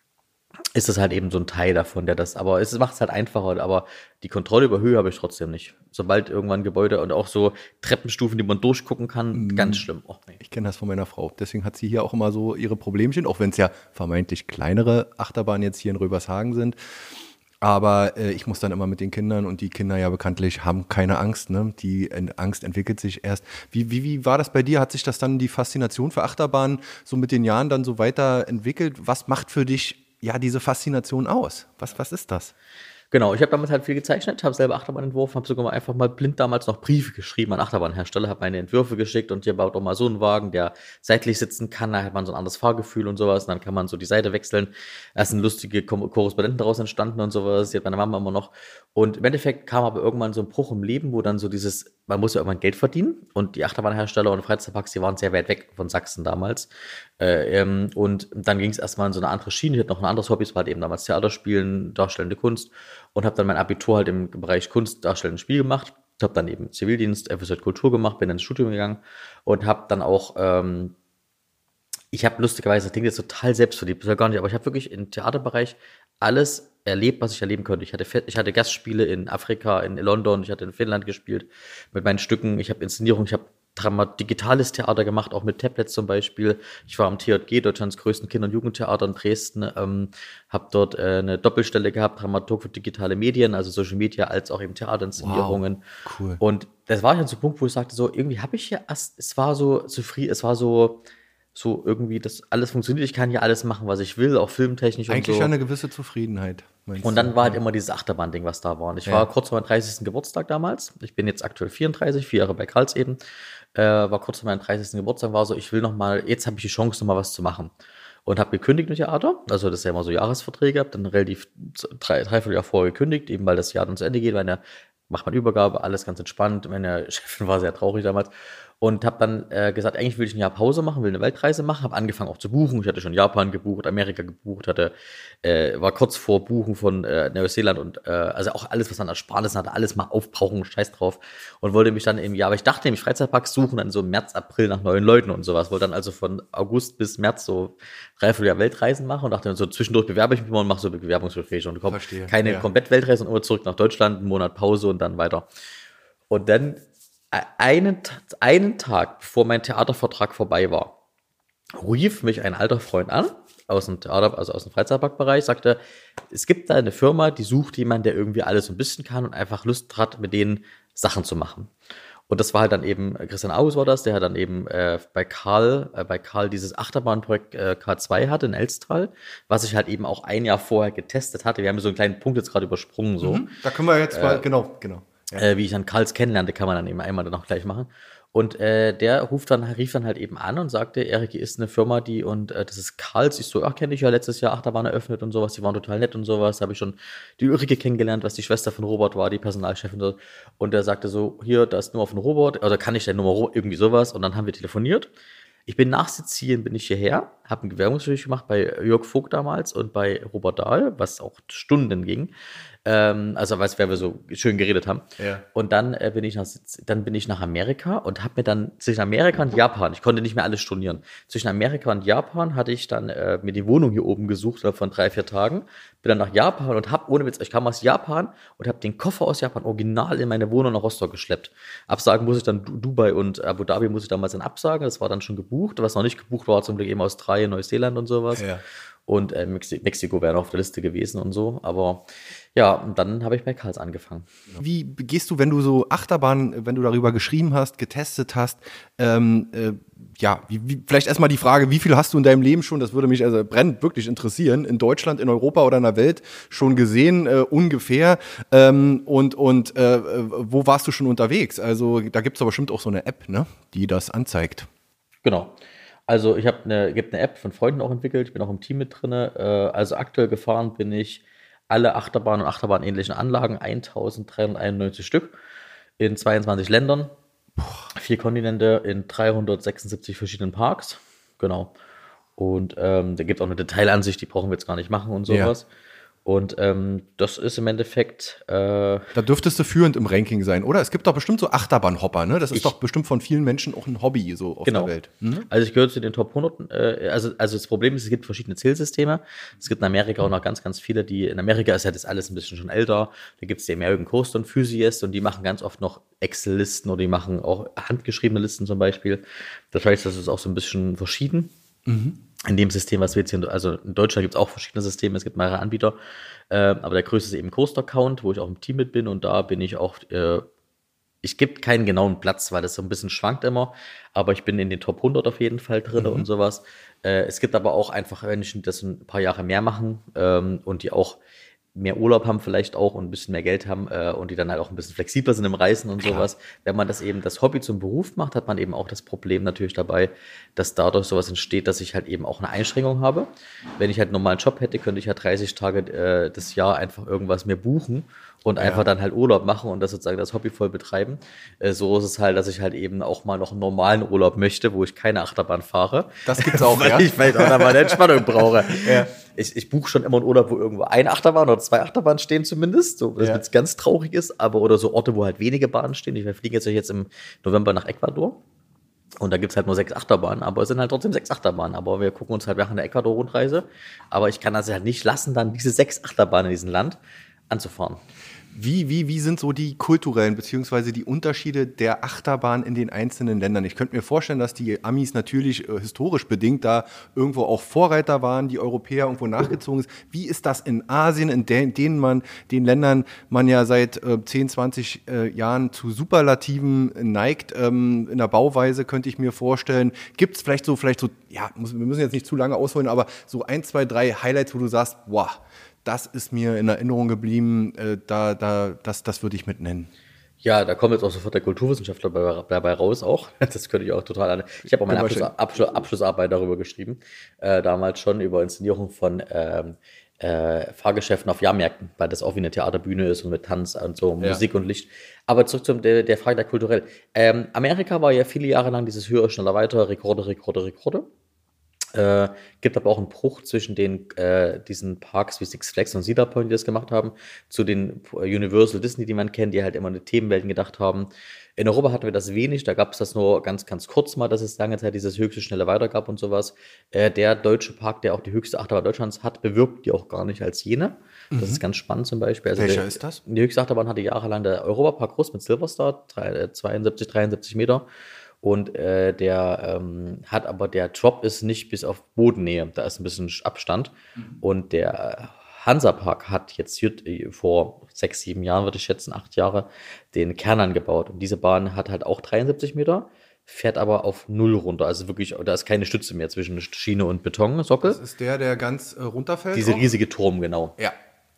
ist das halt eben so ein Teil davon, der das, aber es macht es halt einfacher, aber die Kontrolle über Höhe habe ich trotzdem nicht. Sobald irgendwann Gebäude und auch so Treppenstufen, die man durchgucken kann, ganz schlimm. Oh, nee. Ich kenne das von meiner Frau. Deswegen hat sie hier auch immer so ihre Problemchen, auch wenn es ja vermeintlich kleinere Achterbahnen jetzt hier in Röbershagen sind. Aber äh, ich muss dann immer mit den Kindern und die Kinder ja bekanntlich haben keine Angst. Ne? Die en Angst entwickelt sich erst. Wie, wie, wie war das bei dir? Hat sich das dann die Faszination für Achterbahnen so mit den Jahren dann so weiterentwickelt? Was macht für dich ja diese Faszination aus? Was, was ist das? Genau, ich habe damals halt viel gezeichnet, habe selber Achterbahn entworfen, habe sogar mal einfach mal blind damals noch Briefe geschrieben an Achterbahnhersteller, habe meine Entwürfe geschickt und hier baut doch mal so einen Wagen, der seitlich sitzen kann, da hat man so ein anderes Fahrgefühl und sowas und dann kann man so die Seite wechseln. Da sind lustige Ko- Korrespondenten daraus entstanden und sowas, die hat meine Mama immer noch. Und im Endeffekt kam aber irgendwann so ein Bruch im Leben, wo dann so dieses, man muss ja irgendwann Geld verdienen und die Achterbahnhersteller und Freizeitparks, die waren sehr weit weg von Sachsen damals. Äh, ähm, und dann ging es erstmal in so eine andere Schiene. Ich hatte noch ein anderes Hobby, es war halt eben damals Theaterspielen, darstellende Kunst und habe dann mein Abitur halt im Bereich Kunst, darstellendes Spiel gemacht. Ich habe dann eben Zivildienst, F S J Kultur gemacht, bin ins Studium gegangen und habe dann auch, ähm, ich habe lustigerweise, das klingt jetzt total selbstverliebt, das ist ja gar nicht, aber ich habe wirklich im Theaterbereich alles erlebt, was ich erleben konnte. Ich hatte, Fe- ich hatte Gastspiele in Afrika, in London, ich hatte in Finnland gespielt mit meinen Stücken, ich habe Inszenierung, ich habe Drama, digitales Theater gemacht, auch mit Tablets zum Beispiel. Ich war am T J G, Deutschlands größten Kinder- und Jugendtheater in Dresden, ähm, habe dort äh, eine Doppelstelle gehabt, Dramaturg für digitale Medien, also Social Media, als auch eben Theaterinszenierungen. Wow, cool. Und das war dann so ein Punkt, wo ich sagte, so irgendwie habe ich hier erst, es war so zufrieden, es war so, so irgendwie, das alles funktioniert, ich kann hier alles machen, was ich will, auch filmtechnisch Eigentlich und so. ja eine gewisse Zufriedenheit. meinst Und du? dann war halt immer dieses Achterbahn-Ding, was da war. Und ich Ja. war kurz vor meinem dreißigsten Geburtstag damals. Ich bin jetzt aktuell vierunddreißig, vier Jahre bei Karls eben. Äh, war kurz vor meinem dreißigsten Geburtstag, war so, ich will noch mal, jetzt habe ich die Chance, noch mal was zu machen. Und habe gekündigt mit Theater. Also das ist ja immer so Jahresverträge. Habe dann relativ drei, dreiviertel Jahr vorher gekündigt, eben weil das Jahr dann zu Ende geht. Meine, macht man Übergabe, alles ganz entspannt. Meine Chefin war sehr traurig damals. Und habe dann äh, gesagt, eigentlich will ich ein Jahr Pause machen, will eine Weltreise machen. Habe angefangen auch zu buchen. Ich hatte schon Japan gebucht, Amerika gebucht, hatte äh, war kurz vor Buchen von äh, Neuseeland und äh, also auch alles, was an Ersparnissen hatte, alles mal aufbrauchen, scheiß drauf. Und wollte mich dann im Jahr, aber ich dachte nämlich Freizeitparks suchen, dann so im März, April nach neuen Leuten und sowas. Wollte dann also von August bis März so dreiviertel Jahr Weltreisen machen und dachte dann so, zwischendurch bewerbe ich mich mal und mache so Bewerbungsgespräche und komme Verstehe, keine ja. komplett Weltreise und immer zurück nach Deutschland, einen Monat Pause und dann weiter. Und dann einen, einen Tag, bevor mein Theatervertrag vorbei war, rief mich ein alter Freund an, aus dem Theater, also aus dem Freizeitparkbereich, sagte, es gibt da eine Firma, die sucht jemanden, der irgendwie alles so ein bisschen kann und einfach Lust hat, mit denen Sachen zu machen. Und das war halt dann eben, Christian August war das, der hat dann eben äh, bei Karl, äh, bei Karl dieses Achterbahnprojekt äh, K zwei hatte in Elsttal, was ich halt eben auch ein Jahr vorher getestet hatte. Wir haben so einen kleinen Punkt jetzt gerade übersprungen, so. Mhm. Da können wir jetzt mal, genau, genau. ja. äh, wie ich dann Karls kennenlernte, kann man dann eben einmal dann auch gleich machen. Und äh, der ruft dann, rief dann halt eben an und sagte, Erik, hier ist eine Firma, die, und äh, das ist Karls. Ich so, ach, kenne ich ja, letztes Jahr Achterbahn eröffnet und sowas, die waren total nett und sowas. Da habe ich schon die Ulrike kennengelernt, was die Schwester von Robert war, die Personalchefin. Und, so. Und der sagte so, hier, da ist Nummer von Robert, oder kann ich deine Nummer, irgendwie sowas. Und dann haben wir telefoniert. Ich bin nach Sizilien, bin ich hierher, habe ein Bewerbungsgespräch gemacht bei Jörg Vogt damals und bei Robert Dahl, was auch Stunden ging. Ähm, also, weil wir so schön geredet haben. Ja. Und dann, äh, bin ich nach, dann bin ich nach Amerika und habe mir dann zwischen Amerika und Japan, ich konnte nicht mehr alles stornieren, zwischen Amerika und Japan hatte ich dann äh, mir die Wohnung hier oben gesucht von drei, vier Tagen, bin dann nach Japan und habe, ohne Witz, ich kam aus Japan und habe den Koffer aus Japan original in meine Wohnung nach Rostock geschleppt. Absagen muss ich dann Dubai und Abu Dhabi muss ich damals dann absagen, das war dann schon gebucht. Was noch nicht gebucht war, zum Glück eben Australien, Neuseeland und sowas. Ja. Und äh, Mexi- Mexiko wäre noch auf der Liste gewesen und so. Aber ja, und dann habe ich bei Karls angefangen. Wie gehst du, wenn du so Achterbahn, wenn du darüber geschrieben hast, getestet hast, ähm, äh, ja, wie, wie, vielleicht erstmal die Frage, wie viel hast du in deinem Leben schon, das würde mich also brennend wirklich interessieren, in Deutschland, in Europa oder in der Welt schon gesehen, äh, ungefähr, ähm, und, und äh, wo warst du schon unterwegs? Also da gibt es aber bestimmt auch so eine App, ne, die das anzeigt. Genau. Also ich habe eine, gibt eine App von Freunden auch entwickelt, ich bin auch im Team mit drin. Äh, also aktuell gefahren bin ich alle Achterbahn- und Achterbahn-ähnlichen Anlagen, eintausenddreihunderteinundneunzig Stück in zweiundzwanzig Ländern, vier Kontinente in dreihundertsechsundsiebzig verschiedenen Parks. Genau. Und ähm, da gibt es auch eine Detailansicht, die brauchen wir jetzt gar nicht machen und sowas. Ja. Und ähm, das ist im Endeffekt... Äh, da dürftest du führend im Ranking sein, oder? Es gibt doch bestimmt so Achterbahnhopper, ne? Das ist ich, doch bestimmt von vielen Menschen auch ein Hobby so auf genau. der Welt. Mhm. Also ich gehöre zu den Top hundert. Äh, also, also das Problem ist, es gibt verschiedene Zählsysteme. Es gibt in Amerika auch noch ganz, ganz viele, die... In Amerika ist ja das alles ein bisschen schon älter. Da gibt es die American Coaster und Enthusiast und die machen ganz oft noch Excel-Listen oder die machen auch handgeschriebene Listen zum Beispiel. Das heißt, das ist auch so ein bisschen verschieden. Mhm. In dem System, was wir jetzt hier, also in Deutschland gibt es auch verschiedene Systeme, es gibt mehrere Anbieter, äh, aber der größte ist eben Coaster Count, wo ich auch im Team mit bin und da bin ich auch, äh, ich gebe keinen genauen Platz, weil das so ein bisschen schwankt immer, aber ich bin in den Top hundert auf jeden Fall drin mhm. und sowas. Äh, es gibt aber auch einfach Menschen, die das ein paar Jahre mehr machen ähm, und die auch mehr Urlaub haben vielleicht auch und ein bisschen mehr Geld haben äh, und die dann halt auch ein bisschen flexibler sind im Reisen und Klar. sowas. Wenn man das eben das Hobby zum Beruf macht, hat man eben auch das Problem natürlich dabei, dass dadurch sowas entsteht, dass ich halt eben auch eine Einschränkung habe. Wenn ich halt einen normalen Job hätte, könnte ich halt dreißig Tage äh, das Jahr einfach irgendwas mehr buchen und ja. einfach dann halt Urlaub machen und das sozusagen das Hobby voll betreiben. Äh, so ist es halt, dass ich halt eben auch mal noch einen normalen Urlaub möchte, wo ich keine Achterbahn fahre. Das gibt's auch, weil ja. ich vielleicht auch mal eine Entspannung brauche. Ja. Ich, ich buche schon immer einen Urlaub, wo irgendwo eine Achterbahn oder zwei Achterbahnen stehen zumindest, so, dass ja. es ganz traurig ist, aber oder so Orte, wo halt wenige Bahnen stehen. Ich fliege jetzt, jetzt im November nach Ecuador und da gibt's halt nur sechs Achterbahnen, aber es sind halt trotzdem sechs Achterbahnen, aber wir gucken uns halt nach einer Ecuador-Rundreise, aber ich kann das halt nicht lassen, dann diese sechs Achterbahnen in diesem Land anzufahren. Wie, wie, wie sind so die kulturellen beziehungsweise die Unterschiede der Achterbahn in den einzelnen Ländern? Ich könnte mir vorstellen, dass die Amis natürlich äh, historisch bedingt da irgendwo auch Vorreiter waren, die Europäer irgendwo nachgezogen ist. Wie ist das in Asien, in de- denen man, den Ländern man ja seit äh, zehn, zwanzig äh, Jahren zu Superlativen neigt? Ähm, in der Bauweise könnte ich mir vorstellen, gibt es vielleicht so, vielleicht so, ja, muss, wir müssen jetzt nicht zu lange ausholen, aber so ein, zwei, drei Highlights, wo du sagst, wow, das ist mir in Erinnerung geblieben, äh, da, da, das, das würde ich mit nennen. Ja, da kommt jetzt auch sofort der Kulturwissenschaftler dabei, dabei raus auch. Das könnte ich auch total an. Ich habe auch meine Abschluss, Abschluss, Abschlussarbeit darüber geschrieben, äh, damals schon über Inszenierung von ähm, äh, Fahrgeschäften auf Jahrmärkten, weil das auch wie eine Theaterbühne ist und mit Tanz und so, ja. Musik und Licht. Aber zurück zu der, der Frage der kulturell. Ähm, Amerika war ja viele Jahre lang dieses höher, schneller, weiter, Rekorde, Rekorde, Rekorde. Äh, gibt aber auch einen Bruch zwischen den äh, diesen Parks wie Six Flags und Cedar Point, die das gemacht haben, zu den Universal Disney, die man kennt, die halt immer eine Themenwelten gedacht haben. In Europa hatten wir das wenig, da gab es das nur ganz, ganz kurz mal, dass es lange Zeit dieses höchste, schnelle Weiter gab und sowas. Äh, der deutsche Park, der auch die höchste Achterbahn Deutschlands hat, bewirbt die auch gar nicht als jene. Das mhm. ist ganz spannend zum Beispiel. Also Welcher der, ist das? Die höchste Achterbahn hatte jahrelang der Europapark Groß mit Silverstar, zweiundsiebzig, dreiundsiebzig Meter. Und äh, der ähm, hat aber der Drop ist nicht bis auf Bodennähe, da ist ein bisschen Abstand. Mhm. Und der Hansapark hat jetzt hier vor sechs, sieben Jahren, würde ich schätzen, acht Jahre, den Kern angebaut. Und diese Bahn hat halt auch dreiundsiebzig Meter, fährt aber auf null runter. Also wirklich, da ist keine Stütze mehr zwischen Schiene und Betonsockel. Das ist der, der ganz äh, runterfällt? Dieser auch? riesige Turm, genau. Ja.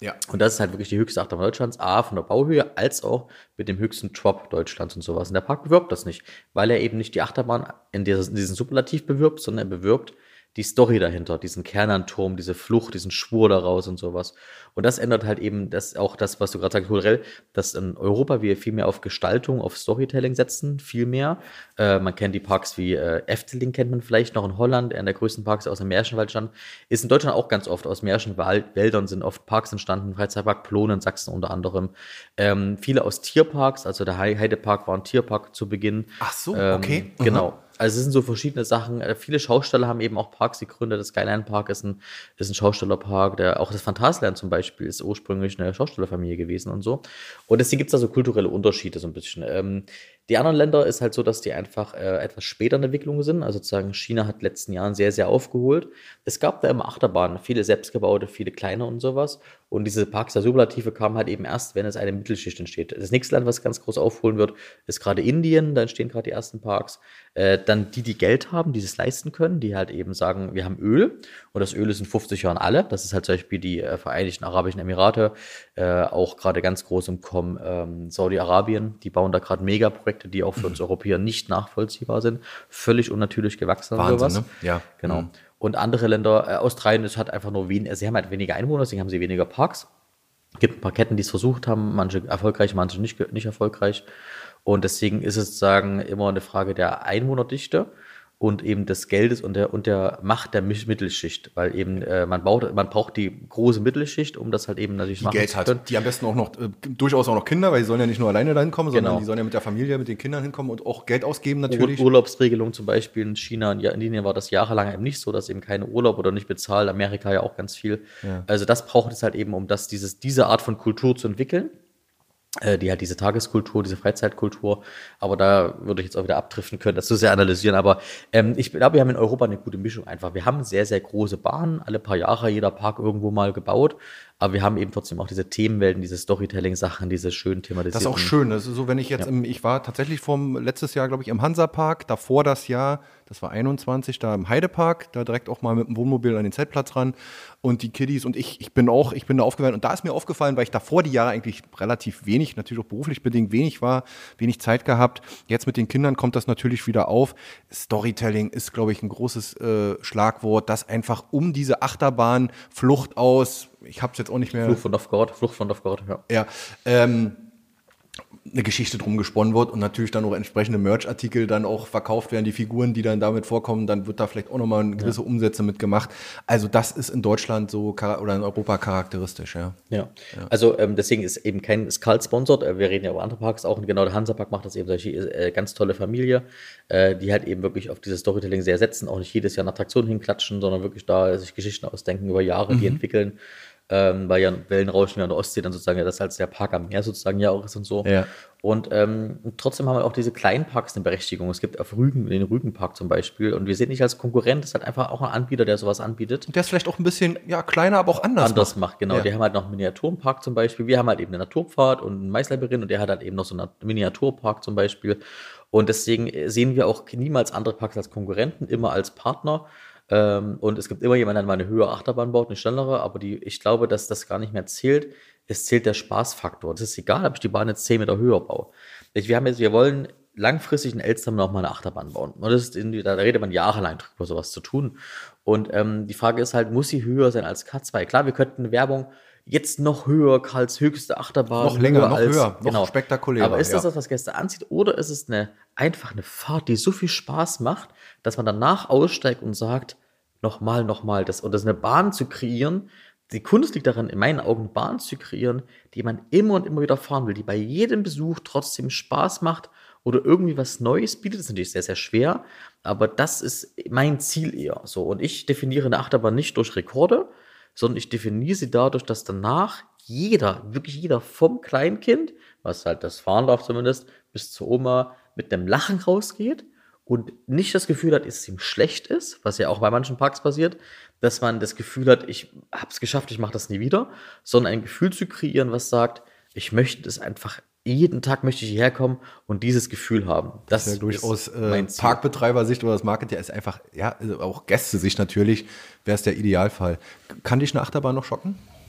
Ja. Und das ist halt wirklich die höchste Achterbahn Deutschlands, A, von der Bauhöhe, als auch mit dem höchsten Drop Deutschlands und sowas. Und der Park bewirbt das nicht, weil er eben nicht die Achterbahn in, dieses, in diesen Superlativ bewirbt, sondern er bewirbt die Story dahinter, diesen Kern an Turm, diese Flucht, diesen Schwur daraus und sowas. Und das ändert halt eben das, auch das, was du gerade sagst, kulturell, dass in Europa wir viel mehr auf Gestaltung, auf Storytelling setzen, viel mehr. Äh, man kennt die Parks wie äh, Efteling, kennt man vielleicht noch in Holland, einer der größten Parks aus dem Märchenwald stand. Ist in Deutschland auch ganz oft, aus Märchenwäldern sind oft Parks entstanden, Freizeitpark Plon in Sachsen unter anderem. Ähm, viele aus Tierparks, also der Heidepark war ein Tierpark zu Beginn. Ach so, ähm, okay. Mhm. Genau. Also es sind so verschiedene Sachen. Äh, viele Schausteller haben eben auch Parks gegründet. Das Skyline Park ist ein, ist ein Schaustellerpark. Der, auch das Phantasialand zum Beispiel ist ursprünglich eine Schaustellerfamilie gewesen und so. Und deswegen gibt es da so kulturelle Unterschiede so ein bisschen. Ähm, die anderen Länder ist halt so, dass die einfach äh, etwas später in der Entwicklung sind. Also sozusagen China hat in den letzten Jahren sehr, sehr aufgeholt. Es gab da immer Achterbahnen, viele selbstgebaute, viele kleine und sowas. Und diese Parks der Superlative kamen halt eben erst, wenn es eine Mittelschicht entsteht. Das nächste Land, was ganz groß aufholen wird, ist gerade Indien. Da entstehen gerade die ersten Parks. Äh, dann die, die Geld haben, die es leisten können, die halt eben sagen, wir haben Öl. Und das Öl ist in fünfzig Jahren alle. Das ist halt zum Beispiel die äh, Vereinigten Arabischen Emirate. Äh, auch gerade ganz groß im Kommen ähm, Saudi-Arabien. Die bauen da gerade Megaprojekte, die auch für uns Europäer nicht nachvollziehbar sind. Völlig unnatürlich gewachsen. Wahnsinn, sowas. ne? Ja. Genau. Mhm. Und andere Länder, äh, Australien, ist halt einfach nur weniger, sie haben halt weniger Einwohner, deswegen haben sie weniger Parks. Es gibt ein paar Ketten, die es versucht haben, manche erfolgreich, manche nicht, nicht erfolgreich. Und deswegen ist es sozusagen immer eine Frage der Einwohnerdichte und eben des Geldes und der, und der Macht der Mittelschicht, weil eben äh, man, baut, man braucht die große Mittelschicht, um das halt eben natürlich Die machen Geld zu hat. können. Die am besten auch noch, äh, durchaus auch noch Kinder, weil die sollen ja nicht nur alleine da hinkommen, sondern Genau. die sollen ja mit der Familie, mit den Kindern hinkommen und auch Geld ausgeben Ur natürlich. Urlaubsregelung zum Beispiel in China, in Indien war das jahrelang eben nicht so, dass eben keine Urlaub oder nicht bezahlt, Amerika ja auch ganz viel. Ja. Also das braucht es halt eben, um das, dieses, diese Art von Kultur zu entwickeln. Äh, die halt diese Tageskultur, diese Freizeitkultur, aber da würde ich jetzt auch wieder abdriften können, das zu sehr analysieren, aber ähm, ich glaube, wir haben in Europa eine gute Mischung einfach. Wir haben sehr, sehr große Bahnen, alle paar Jahre jeder Park irgendwo mal gebaut, aber wir haben eben trotzdem auch diese Themenwelten, diese Storytelling-Sachen, diese schönen thematisierten. Das ist auch schön. Das ist so, wenn ich jetzt, Ja. im, ich war tatsächlich vom letztes Jahr, glaube ich, im Hansapark, davor das Jahr, das war einundzwanzig, da im Heidepark, da direkt auch mal mit dem Wohnmobil an den Zeltplatz ran und die Kiddies und ich, ich bin auch, ich bin da aufgewärmt und da ist mir aufgefallen, weil ich davor die Jahre eigentlich relativ wenig, natürlich auch beruflich bedingt wenig war, wenig Zeit gehabt. Jetzt mit den Kindern kommt das natürlich wieder auf. Storytelling ist, glaube ich, ein großes äh, Schlagwort, das einfach um diese Achterbahn, Flucht aus, ich habe es jetzt auch nicht mehr. Flucht von Novgorod, Flucht von Novgorod, ja. Ja, ähm, eine Geschichte drum gesponnen wird und natürlich dann auch entsprechende Merch-Artikel dann auch verkauft werden, die Figuren, die dann damit vorkommen, dann wird da vielleicht auch nochmal gewisse ja. Umsätze mitgemacht. Also das ist in Deutschland so oder in Europa charakteristisch, ja. Ja, ja. Also ähm, deswegen ist eben kein Skult sponsored. Wir reden ja über andere Parks auch und genau der Hansapark macht das eben solche äh, ganz tolle Familie, äh, die halt eben wirklich auf dieses Storytelling sehr setzen, auch nicht jedes Jahr eine Attraktion hinklatschen, sondern wirklich da sich Geschichten ausdenken über Jahre, mhm. die entwickeln. Ähm, weil ja Wellenrauschen wie an der Ostsee dann sozusagen, ja, das als der Park am Meer sozusagen ja auch ist und so. Ja. Und ähm, trotzdem haben wir auch diese kleinen Parks eine Berechtigung. Es gibt auf Rügen, den Rügenpark zum Beispiel, und wir sehen nicht als Konkurrent, das ist halt einfach auch ein Anbieter, der sowas anbietet. Und der ist vielleicht auch ein bisschen ja, kleiner, aber auch anders, anders macht. macht genau. Ja. Die haben halt noch einen Miniaturpark zum Beispiel. Wir haben halt eben eine Naturpfad und ein Maislabyrinth und der hat halt eben noch so einen Miniaturpark zum Beispiel. Und deswegen sehen wir auch niemals andere Parks als Konkurrenten, immer als Partner. Ähm, und es gibt immer jemanden, der mal eine höhere Achterbahn baut, eine schnellere, aber die, ich glaube, dass das gar nicht mehr zählt. Es zählt der Spaßfaktor. Das ist egal, ob ich die Bahn jetzt zehn Meter höher baue. Wir haben jetzt, wir wollen langfristig in Elstern noch mal eine Achterbahn bauen. Und das ist in, da redet man jahrelang drüber, sowas zu tun. Und ähm, die Frage ist halt, muss sie höher sein als K zwei? Klar, wir könnten eine Werbung jetzt noch höher, Karls höchste Achterbahn. Noch länger, noch als, höher, noch genau. spektakulärer. Aber ist das ja. das, was Gäste anzieht? Oder ist es eine, einfach eine Fahrt, die so viel Spaß macht, dass man danach aussteigt und sagt, nochmal, nochmal, das, und das eine Bahn zu kreieren, die Kunst liegt darin, in meinen Augen, eine Bahn zu kreieren, die man immer und immer wieder fahren will, die bei jedem Besuch trotzdem Spaß macht oder irgendwie was Neues bietet. Das ist natürlich sehr, sehr schwer, aber das ist mein Ziel eher so. Und ich definiere eine Achterbahn nicht durch Rekorde, sondern ich definiere sie dadurch, dass danach jeder, wirklich jeder vom Kleinkind, was halt das fahren darf zumindest, bis zur Oma mit einem Lachen rausgeht und nicht das Gefühl hat, dass es ihm schlecht ist, was ja auch bei manchen Parks passiert, dass man das Gefühl hat, ich habe es geschafft, ich mache das nie wieder, sondern ein Gefühl zu kreieren, was sagt, ich möchte es einfach, jeden Tag möchte ich hierher kommen und dieses Gefühl haben. Das, das ist ja durchaus ist mein äh, Ziel. Parkbetreiber-Sicht oder das Marketing ist einfach, ja, also auch Gäste-Sicht natürlich, wäre es der Idealfall. Kann dich eine Achterbahn noch schocken?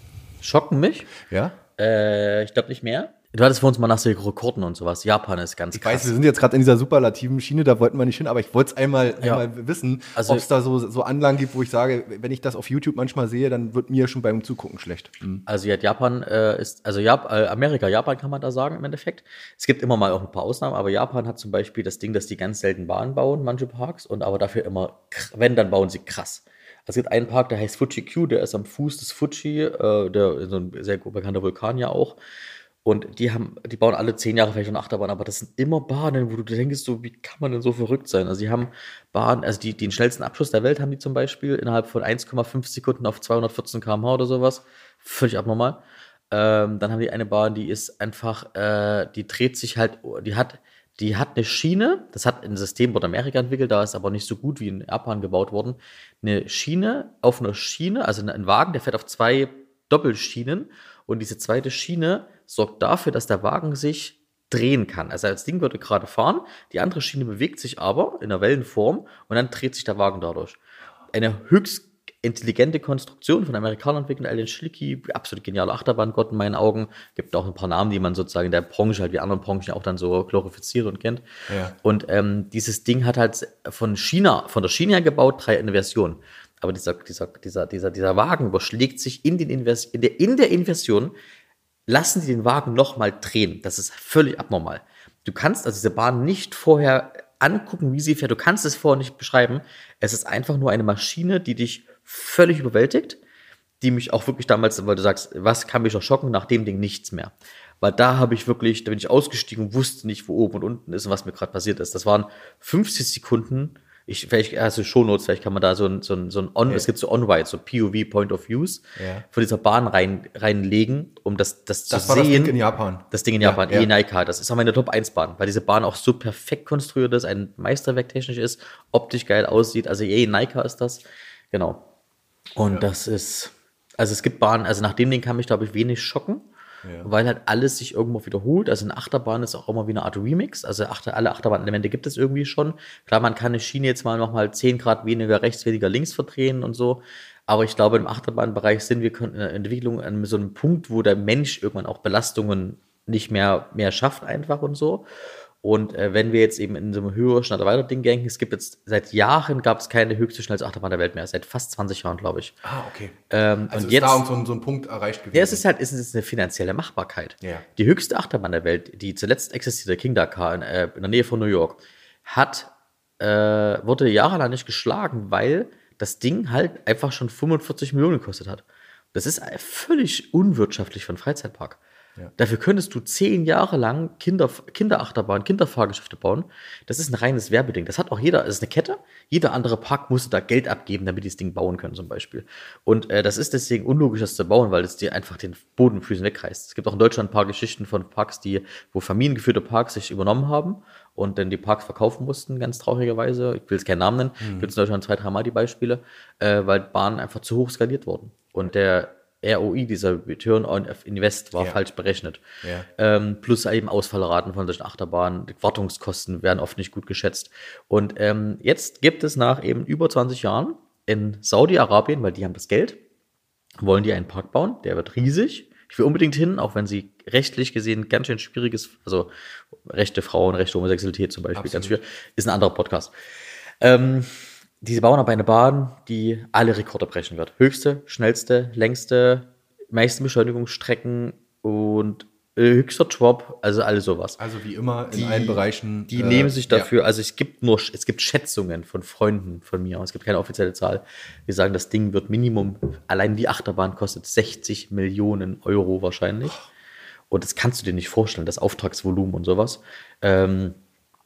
Schocken mich? Ja? Äh, ich glaube nicht mehr. Du hattest vor uns mal nach so Rekorden und sowas. Japan ist ganz Ich krass. weiß, wir sind jetzt gerade in dieser superlativen Schiene, da wollten wir nicht hin, aber ich wollte es einmal, Ja. einmal wissen, Also- ob es da so, so Anlagen gibt, wo ich sage, wenn ich das auf YouTube manchmal sehe, dann wird mir schon beim Zugucken schlecht. Mhm. Also ja, Japan äh, ist, also Jap äh, Amerika, Japan kann man da sagen im Endeffekt. Es gibt immer mal auch ein paar Ausnahmen, aber Japan hat zum Beispiel das Ding, dass die ganz selten Bahnen bauen, manche Parks, und aber dafür immer, wenn, dann bauen sie krass. Es gibt einen Park, der heißt Fuji-Q, der ist am Fuß des Fuji, äh, der so ein sehr gut bekannter Vulkan ja auch. Und die haben, die bauen alle zehn Jahre vielleicht eine Achterbahn, aber das sind immer Bahnen, wo du denkst, so, wie kann man denn so verrückt sein? Also die haben Bahnen, also die, den schnellsten Abschuss der Welt haben die zum Beispiel innerhalb von eins Komma fünf Sekunden auf zweihundertvierzehn Kilometer pro Stunde oder sowas. Völlig abnormal. Ähm, dann haben die eine Bahn, die ist einfach, äh, die dreht sich halt, die hat, die hat eine Schiene, das hat ein System von Amerika entwickelt, da ist aber nicht so gut wie in Japan gebaut worden. Eine Schiene auf einer Schiene, also ein Wagen, der fährt auf zwei Doppelschienen, und diese zweite Schiene sorgt dafür, dass der Wagen sich drehen kann. Also das Ding würde gerade fahren, die andere Schiene bewegt sich aber in einer Wellenform und dann dreht sich der Wagen dadurch. Eine höchst intelligente Konstruktion von Amerikanern entwickelt, Alan Schlicki, absolut geniale Achterbahngott in meinen Augen. Gibt auch ein paar Namen, die man sozusagen in der Branche, halt wie anderen Branchen auch dann so glorifiziert und kennt. Ja. Und ähm, dieses Ding hat halt von China, von der China her gebaut, drei Inversionen. Aber dieser, dieser, dieser, dieser, dieser Wagen überschlägt sich in, den Invers in, der, in der Inversion, lassen sie den Wagen nochmal drehen. Das ist völlig abnormal. Du kannst also diese Bahn nicht vorher angucken, wie sie fährt. Du kannst es vorher nicht beschreiben. Es ist einfach nur eine Maschine, die dich völlig überwältigt, die mich auch wirklich damals, weil du sagst, was kann mich noch schocken, nach dem Ding nichts mehr. Weil da habe ich wirklich, da bin ich ausgestiegen und wusste nicht, wo oben und unten ist und was mir gerade passiert ist. Das waren fünfzig Sekunden. Ich, vielleicht hast du Shownotes, vielleicht kann man da so ein, so ein, so ein On, Ja. es gibt so On-Ride, so P O V, Point of Views, Ja. von dieser Bahn rein, reinlegen, um das, das zu Das war sehen. das Ding in Japan. Das Ding in Ja, Japan, ja. E-Naika, das ist auch meine Top eins Bahn, weil diese Bahn auch so perfekt konstruiert ist, ein Meisterwerk technisch ist, optisch geil aussieht, also E-Naika ist das, genau. Und Ja. das ist, also es gibt Bahnen, also nach dem Ding kann mich, glaube ich, wenig schocken, Ja. weil halt alles sich irgendwo wiederholt. Also eine Achterbahn ist auch immer wie eine Art Remix. Also Achter, alle Achterbahn-Elemente gibt es irgendwie schon. Klar, man kann eine Schiene jetzt mal nochmal zehn Grad weniger rechts, weniger links verdrehen und so. Aber ich glaube, im Achterbahnbereich sind wir in der Entwicklung an so einem Punkt, wo der Mensch irgendwann auch Belastungen nicht mehr, mehr schafft einfach und so. Und äh, wenn wir jetzt eben in so einem höher, schneller, weiter Ding denken, es gibt jetzt, seit Jahren gab es keine höchste, schnellste Achterbahn der Welt mehr. Seit fast zwanzig Jahren, glaube ich. Ah, okay. Ähm, Also und ist jetzt, da so ein, so ein Punkt erreicht gewesen. ja, es ist halt, es ist eine finanzielle Machbarkeit. Ja. Die höchste Achterbahn der Welt, die zuletzt existierte, King Dakar in, äh, in der Nähe von New York, hat, äh, wurde jahrelang nicht geschlagen, weil das Ding halt einfach schon fünfundvierzig Millionen gekostet hat. Das ist äh, völlig unwirtschaftlich für einen Freizeitpark. Ja. Dafür könntest du zehn Jahre lang Kinder, Kinderachterbahn, Kinderfahrgeschäfte bauen. Das ist ein reines Werbeding. Das hat auch jeder, das ist eine Kette. Jeder andere Park musste da Geld abgeben, damit die das Ding bauen können, zum Beispiel. Und äh, das ist deswegen unlogisch, das zu bauen, weil es dir einfach den Boden mit Füßen wegreißt. Es gibt auch in Deutschland ein paar Geschichten von Parks, die, wo familiengeführte Parks sich übernommen haben und dann die Parks verkaufen mussten, ganz traurigerweise. Ich will jetzt keinen Namen nennen. Mhm. Gibt es in Deutschland zwei, dreimal die Beispiele, äh, weil Bahnen einfach zu hoch skaliert wurden. Und der R O I, dieser Return on Invest, war Ja. falsch berechnet. Ja. Ähm, plus eben Ausfallraten von solchen Achterbahnen, die Wartungskosten werden oft nicht gut geschätzt. Und ähm, jetzt gibt es nach eben über zwanzig Jahren in Saudi-Arabien, weil die haben das Geld, wollen die einen Park bauen, der wird riesig. Ich will unbedingt hin, auch wenn sie rechtlich gesehen ganz schön schwierig ist, also Rechte Frauen, Rechte Homosexualität zum Beispiel, Absolut. ganz schwierig, ist ein anderer Podcast. Ähm, Diese bauen aber eine Bahn, die alle Rekorde brechen wird. Höchste, schnellste, längste, meisten Beschleunigungsstrecken und äh, höchster Drop, also alles sowas. Also wie immer in Die- allen Bereichen. Die äh, nehmen sich ja. dafür, also es gibt nur, es gibt Schätzungen von Freunden von mir, es gibt keine offizielle Zahl. Wir sagen, das Ding wird Minimum, allein die Achterbahn kostet sechzig Millionen Euro wahrscheinlich. Und das kannst du dir nicht vorstellen, das Auftragsvolumen und sowas. Ähm,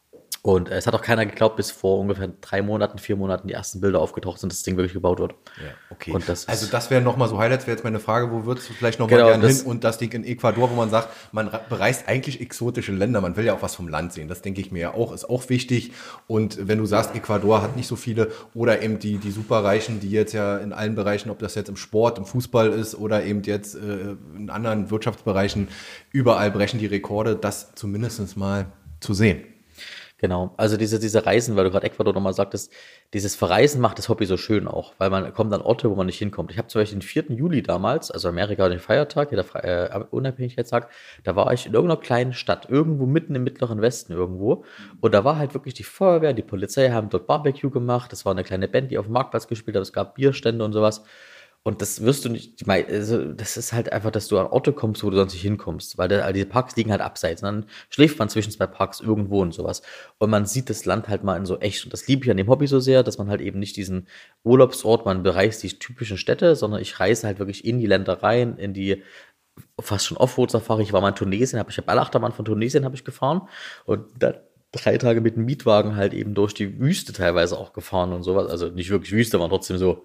Und es hat auch keiner geglaubt, bis vor ungefähr drei Monaten, vier Monaten die ersten Bilder aufgetaucht sind, dass das Ding wirklich gebaut wird. Ja, okay. Und das ist- also das wären nochmal so Highlights, wäre jetzt meine Frage, wo würdest du vielleicht nochmal Genau, gerne das- hin? Und das Ding in Ecuador, wo man sagt, man ra- bereist eigentlich exotische Länder, man will ja auch was vom Land sehen, das denke ich mir ja auch, ist auch wichtig. Und wenn du sagst, Ecuador hat nicht so viele oder eben die, die Superreichen, die jetzt ja in allen Bereichen, ob das jetzt im Sport, im Fußball ist oder eben jetzt äh, in anderen Wirtschaftsbereichen, überall brechen die Rekorde, das zumindest mal zu sehen. Genau, also diese, diese Reisen, weil du gerade Ecuador nochmal sagtest, dieses Verreisen macht das Hobby so schön auch, weil man kommt an Orte, wo man nicht hinkommt. Ich habe zum Beispiel den vierten Juli damals, also Amerika, den Feiertag, der Fre äh, Unabhängigkeitstag, da war ich in irgendeiner kleinen Stadt, irgendwo mitten im mittleren Westen irgendwo. Und da war halt wirklich die Feuerwehr, die Polizei haben dort Barbecue gemacht, das war eine kleine Band, die auf dem Marktplatz gespielt hat, es gab Bierstände und sowas. Und das wirst du nicht, ich meine, also das ist halt einfach, dass du an Orte kommst, wo du sonst nicht hinkommst, weil da, all diese Parks liegen halt abseits. Und dann schläft man zwischen zwei Parks irgendwo und sowas. Und man sieht das Land halt mal in so echt. Und das liebe ich an dem Hobby so sehr, dass man halt eben nicht diesen Urlaubsort, man bereist die typischen Städte, sondern ich reise halt wirklich in die Länder rein, in die fast schon Offroad-Safari. Ich war mal in Tunesien, hab, ich habe alle Achterbahn von Tunesien habe ich gefahren und da drei Tage mit dem Mietwagen halt eben durch die Wüste teilweise auch gefahren und sowas. Also nicht wirklich Wüste, aber trotzdem so.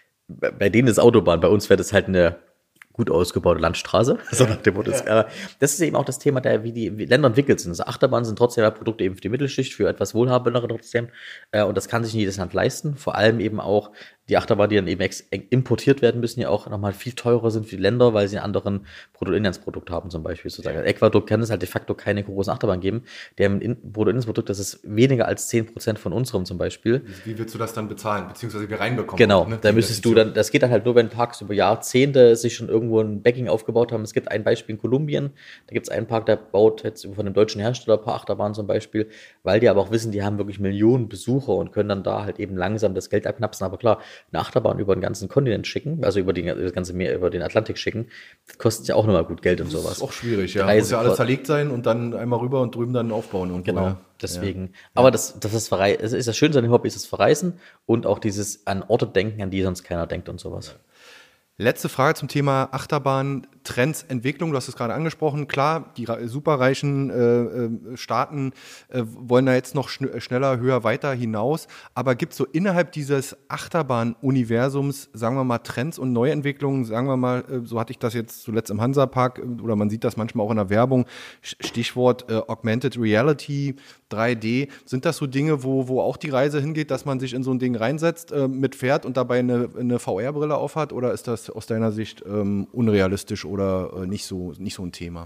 Bei denen ist Autobahn, bei uns wäre das halt eine gut ausgebaute Landstraße. So nach dem Motto. Ja. Das ist eben auch das Thema, der, wie die wie Länder entwickelt sind. Also Achterbahnen sind trotzdem Produkte eben für die Mittelschicht, für etwas wohlhabendere trotzdem. Und das kann sich nicht jedes Land leisten. Vor allem eben auch die Achterbahnen, die dann eben importiert werden müssen, ja auch nochmal viel teurer sind für die Länder, weil sie einen anderen Bruttoinlandsprodukt haben zum Beispiel. Sozusagen. In Ecuador kann es halt de facto keine großen Achterbahn geben. Der Bruttoinlandsprodukt, das ist weniger als zehn Prozent von unserem zum Beispiel. Wie willst du das dann bezahlen, beziehungsweise wie reinbekommen? Genau, auch, ne? da müsstest du dann, das geht dann halt nur, wenn Parks über Jahrzehnte sich schon irgendwo ein Backing aufgebaut haben. Es gibt ein Beispiel in Kolumbien, da gibt es einen Park, der baut jetzt von einem deutschen Hersteller ein paar Achterbahnen zum Beispiel, weil die aber auch wissen, die haben wirklich Millionen Besucher und können dann da halt eben langsam das Geld abknapsen. Aber klar, eine Achterbahn über den ganzen Kontinent schicken, also über, die, über das ganze Meer, über den Atlantik schicken, das kostet ja auch nochmal gut Geld und sowas. Das ist auch schwierig, ja. Muss ja alles zerlegt sein und dann einmal rüber und drüben dann aufbauen. Und genau, ja. deswegen. Ja. Aber das, das ist, es ist das Schönste an dem Hobby, ist das Verreisen und auch dieses an Orte denken, an die sonst keiner denkt und sowas. Ja. Letzte Frage zum Thema Achterbahn, Trends, Entwicklung. Du hast es gerade angesprochen. Klar, die superreichen äh, Staaten äh, wollen da jetzt noch schn- schneller, höher, weiter hinaus. Aber gibt es so innerhalb dieses Achterbahn-Universums, sagen wir mal, Trends und Neuentwicklungen? Sagen wir mal, äh, so hatte ich das jetzt zuletzt im Hansapark äh, oder man sieht das manchmal auch in der Werbung. Stichwort äh, Augmented Reality, drei D. Sind das so Dinge, wo, wo auch die Reise hingeht, dass man sich in so ein Ding reinsetzt, äh, mit fährt und dabei eine, eine V R-Brille aufhat? Oder ist das aus deiner Sicht ähm, unrealistisch oder äh, nicht so, nicht so ein Thema?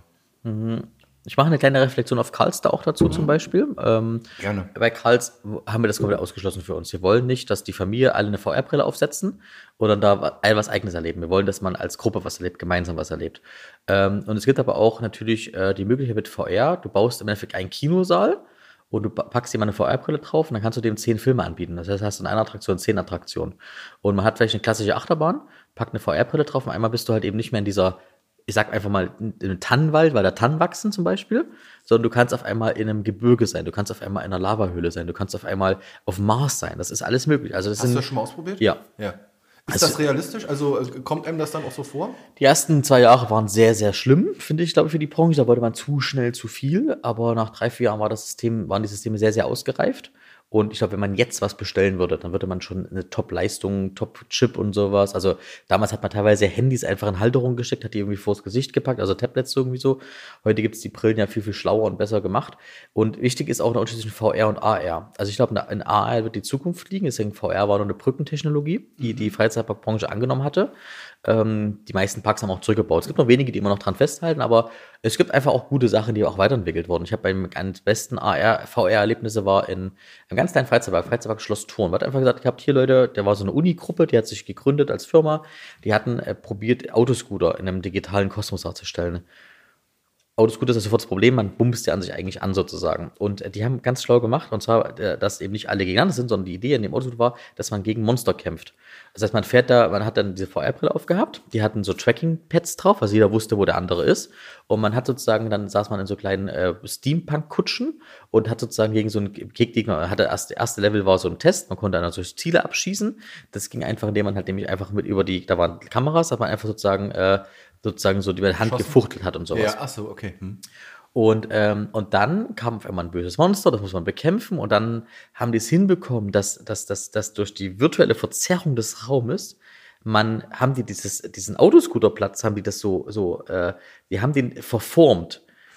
Ich mache eine kleine Reflexion auf Karls da auch dazu mhm. zum Beispiel. Ähm, Gerne. Bei Karls haben wir das komplett ausgeschlossen für uns. Wir wollen nicht, dass die Familie alle eine V R-Brille aufsetzen oder da all was Eigenes erleben. Wir wollen, dass man als Gruppe was erlebt, gemeinsam was erlebt. Ähm, und es gibt aber auch natürlich äh, die Möglichkeit mit V R, du baust im Endeffekt einen Kinosaal und du packst dir mal eine V R-Brille drauf und dann kannst du dem zehn Filme anbieten. Das heißt, hast du in einer Attraktion zehn Attraktionen. Und man hat vielleicht eine klassische Achterbahn, packt eine V R-Brille drauf und einmal bist du halt eben nicht mehr in dieser, ich sag einfach mal, im Tannenwald, weil da Tannen wachsen zum Beispiel, sondern du kannst auf einmal in einem Gebirge sein, du kannst auf einmal in einer Lavahöhle sein, du kannst auf einmal auf Mars sein. Das ist alles möglich. Also das Hast sind, du das schon mal ausprobiert? Ja. Ja. Ist also, das realistisch? Also kommt einem das dann auch so vor? Die ersten zwei Jahre waren sehr, sehr schlimm, finde ich, glaube ich, für die Branche. Da wollte man zu schnell zu viel. Aber nach drei, vier Jahren war das System, waren die Systeme sehr, sehr ausgereift. Und ich glaube, wenn man jetzt was bestellen würde, dann würde man schon eine Top-Leistung, Top-Chip und sowas. Also damals hat man teilweise Handys einfach in Halterung gesteckt, hat die irgendwie vors Gesicht gepackt, also Tablets irgendwie so. Heute gibt es die Brillen ja viel, viel schlauer und besser gemacht. Und wichtig ist auch der Unterschied zwischen V R und A R. Also ich glaube, in A R wird die Zukunft liegen. Deswegen V R war nur eine Brückentechnologie, die die Freizeitparkbranche angenommen hatte. Ähm, die meisten Parks haben auch zurückgebaut. Es gibt noch wenige, die immer noch dran festhalten, aber es gibt einfach auch gute Sachen, die auch weiterentwickelt wurden. Ich habe beim ganz besten A R, V R-Erlebnisse war in einem ganz kleinen Freizeitpark, Freizeitpark Schloss Thurn. Man hat einfach gesagt, ich habe hier Leute, der war so eine Uni-Gruppe, die hat sich gegründet als Firma, die hatten äh, probiert, Autoscooter in einem digitalen Kosmos darzustellen. Autoscooter ist sofort das Problem, man bumst ja an sich eigentlich an sozusagen. Und äh, die haben ganz schlau gemacht, und zwar, äh, dass eben nicht alle gegeneinander sind, sondern die Idee in dem Autoscooter war, dass man gegen Monster kämpft. Das heißt, man fährt da, man hat dann diese V R-Brille aufgehabt, die hatten so Tracking-Pads drauf, also jeder wusste, wo der andere ist. Und man hat sozusagen, dann saß man in so kleinen äh, Steampunk-Kutschen und hat sozusagen gegen so einen Gegner, hatte erst, der erste Level war so ein Test, man konnte dann solche Ziele abschießen. Das ging einfach, indem man halt nämlich einfach mit über die, da waren Kameras, hat man einfach sozusagen, äh, sozusagen so über die Hand gefuchtelt hat und sowas. Ja, ach so, okay. Hm. Und, ähm, und dann kam auf einmal ein böses Monster, das muss man bekämpfen. Und dann haben die es hinbekommen, dass, dass, dass, dass durch die virtuelle Verzerrung des Raumes, man, haben die dieses, diesen Autoscooterplatz, haben die das so, so, äh, die haben den verformt.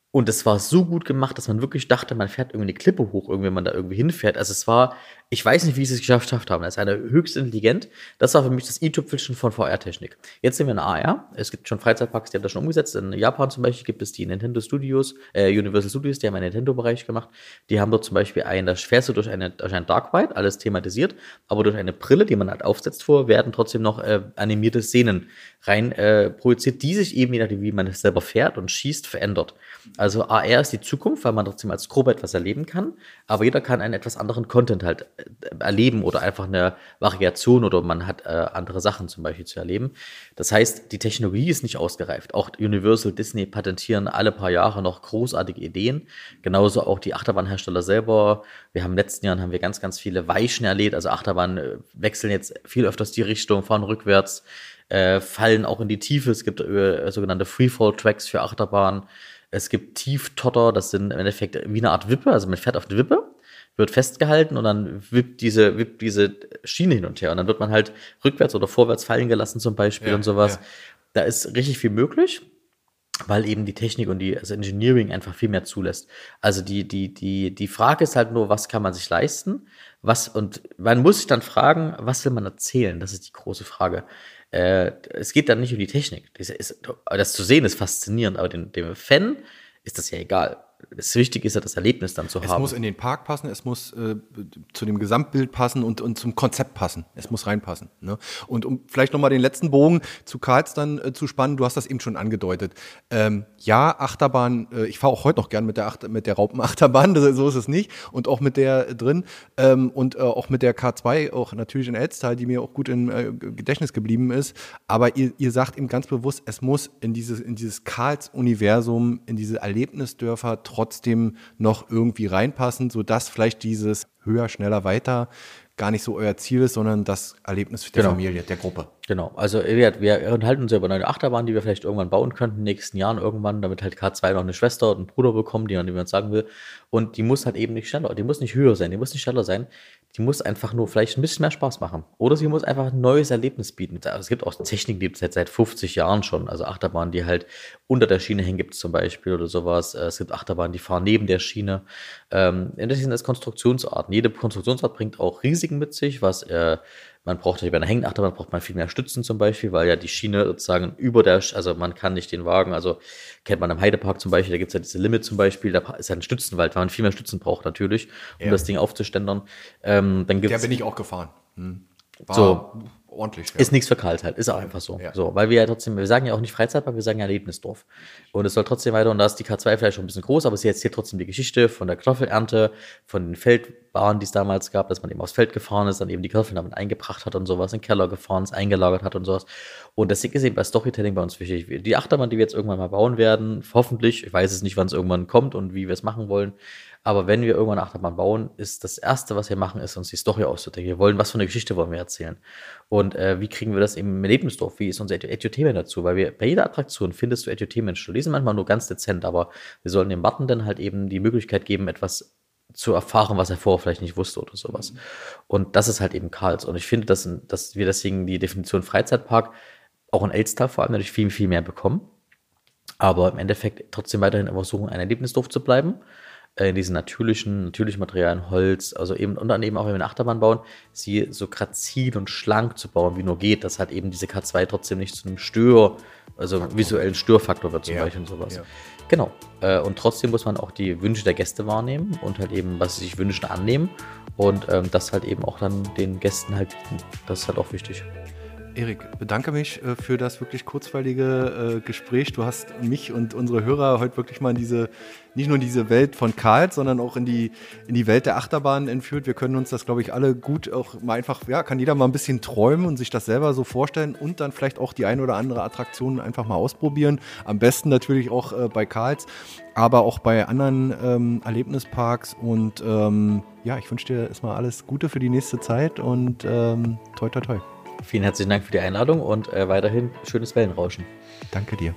Und es war so gut gemacht, dass man wirklich dachte, man fährt irgendwie eine Klippe hoch, wenn man da irgendwie hinfährt. Also es war, ich weiß nicht, wie sie es geschafft haben. Das ist eine höchst intelligent. Das war für mich das i-Tüpfelchen von V R-Technik. Jetzt sind wir in A R. Es gibt schon Freizeitparks, die haben das schon umgesetzt. In Japan zum Beispiel gibt es die Nintendo Studios, äh, Universal Studios, die haben einen Nintendo-Bereich gemacht. Die haben dort zum Beispiel ein, da fährst du durch eine, durch ein Dark Ride, alles thematisiert, aber durch eine Brille, die man halt aufsetzt vor, werden trotzdem noch äh, animierte Szenen rein äh, projiziert, die sich eben, je nachdem, wie man es selber fährt und schießt, verändert. Also A R ist die Zukunft, weil man trotzdem als Gruppe etwas erleben kann, aber jeder kann einen etwas anderen Content halt erleben oder einfach eine Variation oder man hat äh, andere Sachen zum Beispiel zu erleben. Das heißt, die Technologie ist nicht ausgereift. Auch Universal, Disney patentieren alle paar Jahre noch großartige Ideen. Genauso auch die Achterbahnhersteller selber. Wir haben in den letzten Jahren haben wir ganz, ganz viele Weichen erlebt. Also Achterbahnen wechseln jetzt viel öfters die Richtung, fahren rückwärts, äh, fallen auch in die Tiefe. Es gibt äh, sogenannte Freefall-Tracks für Achterbahnen. Es gibt Tieftotter, das sind im Endeffekt wie eine Art Wippe, also man fährt auf eine Wippe, wird festgehalten und dann wippt diese, wippt diese Schiene hin und her und dann wird man halt rückwärts oder vorwärts fallen gelassen zum Beispiel ja, und sowas. Ja. Da ist richtig viel möglich, weil eben die Technik und die, also Engineering einfach viel mehr zulässt. Also die, die, die, die Frage ist halt nur, was kann man sich leisten? Was, und man muss sich dann fragen, was will man erzählen? Das ist die große Frage. Äh, es geht dann nicht um die Technik. Das, ist, das zu sehen ist faszinierend, aber dem, dem Fan ist das ja egal. Das Wichtige ist ja, das Erlebnis dann zu es haben. Es muss in den Park passen, es muss äh, zu dem Gesamtbild passen und, und zum Konzept passen. Es muss reinpassen. Ne? Und um vielleicht nochmal den letzten Bogen zu Karls dann äh, zu spannen, du hast das eben schon angedeutet. Ähm, ja, Achterbahn, äh, ich fahre auch heute noch gern mit der, Achter, mit der Raupenachterbahn, so ist es nicht. Und auch mit der äh, drin ähm, und äh, auch mit der K zwei, auch natürlich in Elztal, die mir auch gut im äh, Gedächtnis geblieben ist. Aber ihr, ihr sagt eben ganz bewusst, es muss in dieses, in dieses Karls-Universum, in diese Erlebnisdörfer trotzdem noch irgendwie reinpassen, sodass vielleicht dieses höher, schneller, weiter gar nicht so euer Ziel ist, sondern das Erlebnis der genau. Familie, der Gruppe. Genau, also wir, wir unterhalten uns ja über eine Achterbahn, die wir vielleicht irgendwann bauen könnten, in den nächsten Jahren irgendwann, damit halt K zwei noch eine Schwester und einen Bruder bekommen, die man, die man sagen will. Und die muss halt eben nicht schneller, die muss nicht höher sein, die muss nicht schneller sein, die muss einfach nur vielleicht ein bisschen mehr Spaß machen. Oder sie muss einfach ein neues Erlebnis bieten. Also es gibt auch Techniken, die gibt es seit fünfzig Jahren schon, also Achterbahnen, die halt unter der Schiene hängen, gibt es zum Beispiel oder sowas. Es gibt Achterbahnen, die fahren neben der Schiene. Ähm, das sind das Konstruktionsarten. Jede Konstruktionsart bringt auch Risiken mit sich, was äh, man braucht bei einer hängenden Achterbahn braucht man viel mehr Stützen zum Beispiel, weil ja die Schiene sozusagen über der, also man kann nicht den Wagen, also kennt man am Heidepark zum Beispiel, da gibt es ja diese Limit zum Beispiel, da ist ja ein Stützenwald, weil man viel mehr Stützen braucht natürlich, um ja. das Ding aufzuständern. Ähm, dann gibt's, der bin ich auch gefahren. Hm. War so, ordentlich. Ja. Ist nichts für kalt halt, ist auch einfach so. Ja. So, weil wir ja trotzdem, wir sagen ja auch nicht Freizeitpark, wir sagen ja Erlebnisdorf. Und es soll trotzdem weiter, und da ist die K zwei vielleicht schon ein bisschen groß, aber sie erzählt trotzdem die Geschichte von der Kartoffelernte, von den Feldbahnen, die es damals gab, dass man eben aufs Feld gefahren ist, dann eben die Kartoffeln damit eingebracht hat und sowas, in den Keller gefahren ist, eingelagert hat und sowas. Und das ist eben bei Storytelling bei uns wichtig. Die Achterbahn, die wir jetzt irgendwann mal bauen werden, hoffentlich, ich weiß es nicht, wann es irgendwann kommt und wie wir es machen wollen, aber wenn wir irgendwann eine Achterbahn bauen, ist das Erste, was wir machen, ist uns die Story auszudenken. Wir wollen, was für eine Geschichte wollen wir erzählen? Und äh, wie kriegen wir das eben im Erlebnisdorf? Wie ist unser Edutainment dazu? Weil wir bei jeder Attraktion findest du Edutainment. Die sind manchmal nur ganz dezent, aber wir sollen dem Wartenden halt eben die Möglichkeit geben, etwas zu erfahren, was er vorher vielleicht nicht wusste oder sowas. Und das ist halt eben Karls. Und ich finde, dass, dass wir deswegen die Definition Freizeitpark auch in Elztal vor allem natürlich viel, viel mehr bekommen. Aber im Endeffekt trotzdem weiterhin versuchen, ein Erlebnisdorf zu bleiben. In diesen natürlichen, natürlichen Materialien, Holz, also eben, und dann eben auch, wenn wir eine Achterbahn bauen, sie so grazil und schlank zu bauen, wie nur geht, dass halt eben diese K zwei trotzdem nicht zu einem Stör, also visuellen Störfaktor wird zum ja. Beispiel und sowas. Ja. Genau. Und trotzdem muss man auch die Wünsche der Gäste wahrnehmen und halt eben, was sie sich wünschen, annehmen und ähm, das halt eben auch dann den Gästen halt bieten. Das ist halt auch wichtig. Erik, bedanke mich äh, für das wirklich kurzweilige äh, Gespräch. Du hast mich und unsere Hörer heute wirklich mal in diese, nicht nur in diese Welt von Karls, sondern auch in die, in die Welt der Achterbahnen entführt. Wir können uns das, glaube ich, alle gut auch mal einfach, ja, kann jeder mal ein bisschen träumen und sich das selber so vorstellen und dann vielleicht auch die ein oder andere Attraktion einfach mal ausprobieren. Am besten natürlich auch äh, bei Karls, aber auch bei anderen ähm, Erlebnisparks. Und ähm, ja, ich wünsche dir erstmal alles Gute für die nächste Zeit und ähm, toi, toi, toi. Vielen herzlichen Dank für die Einladung und äh, weiterhin schönes Wellenrauschen. Danke dir.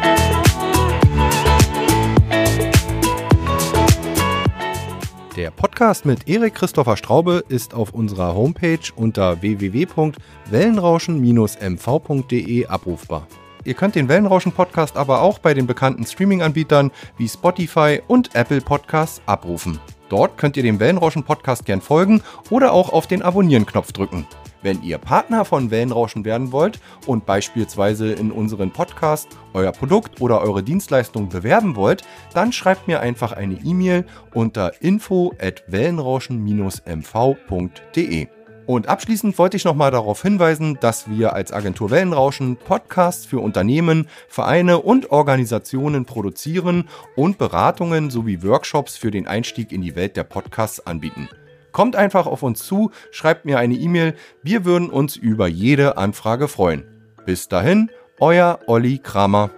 Der Podcast Podcast mit Erik Christopher Straube ist auf unserer Homepage unter w w w punkt wellenrauschen Bindestrich m v punkt d e abrufbar. Ihr könnt den Wellenrauschen-Podcast aber auch bei den bekannten Streaming-Anbietern wie Spotify und Apple Podcasts abrufen. Dort könnt ihr dem Wellenrauschen-Podcast gern folgen oder auch auf den Abonnieren-Knopf drücken. Wenn ihr Partner von Wellenrauschen werden wollt und beispielsweise in unseren Podcast euer Produkt oder eure Dienstleistung bewerben wollt, dann schreibt mir einfach eine E-Mail unter info at wellenrauschen Bindestrich m v punkt d e. Und abschließend wollte ich nochmal darauf hinweisen, dass wir als Agentur Wellenrauschen Podcasts für Unternehmen, Vereine und Organisationen produzieren und Beratungen sowie Workshops für den Einstieg in die Welt der Podcasts anbieten. Kommt einfach auf uns zu, schreibt mir eine E-Mail, wir würden uns über jede Anfrage freuen. Bis dahin, euer Olli Kramer.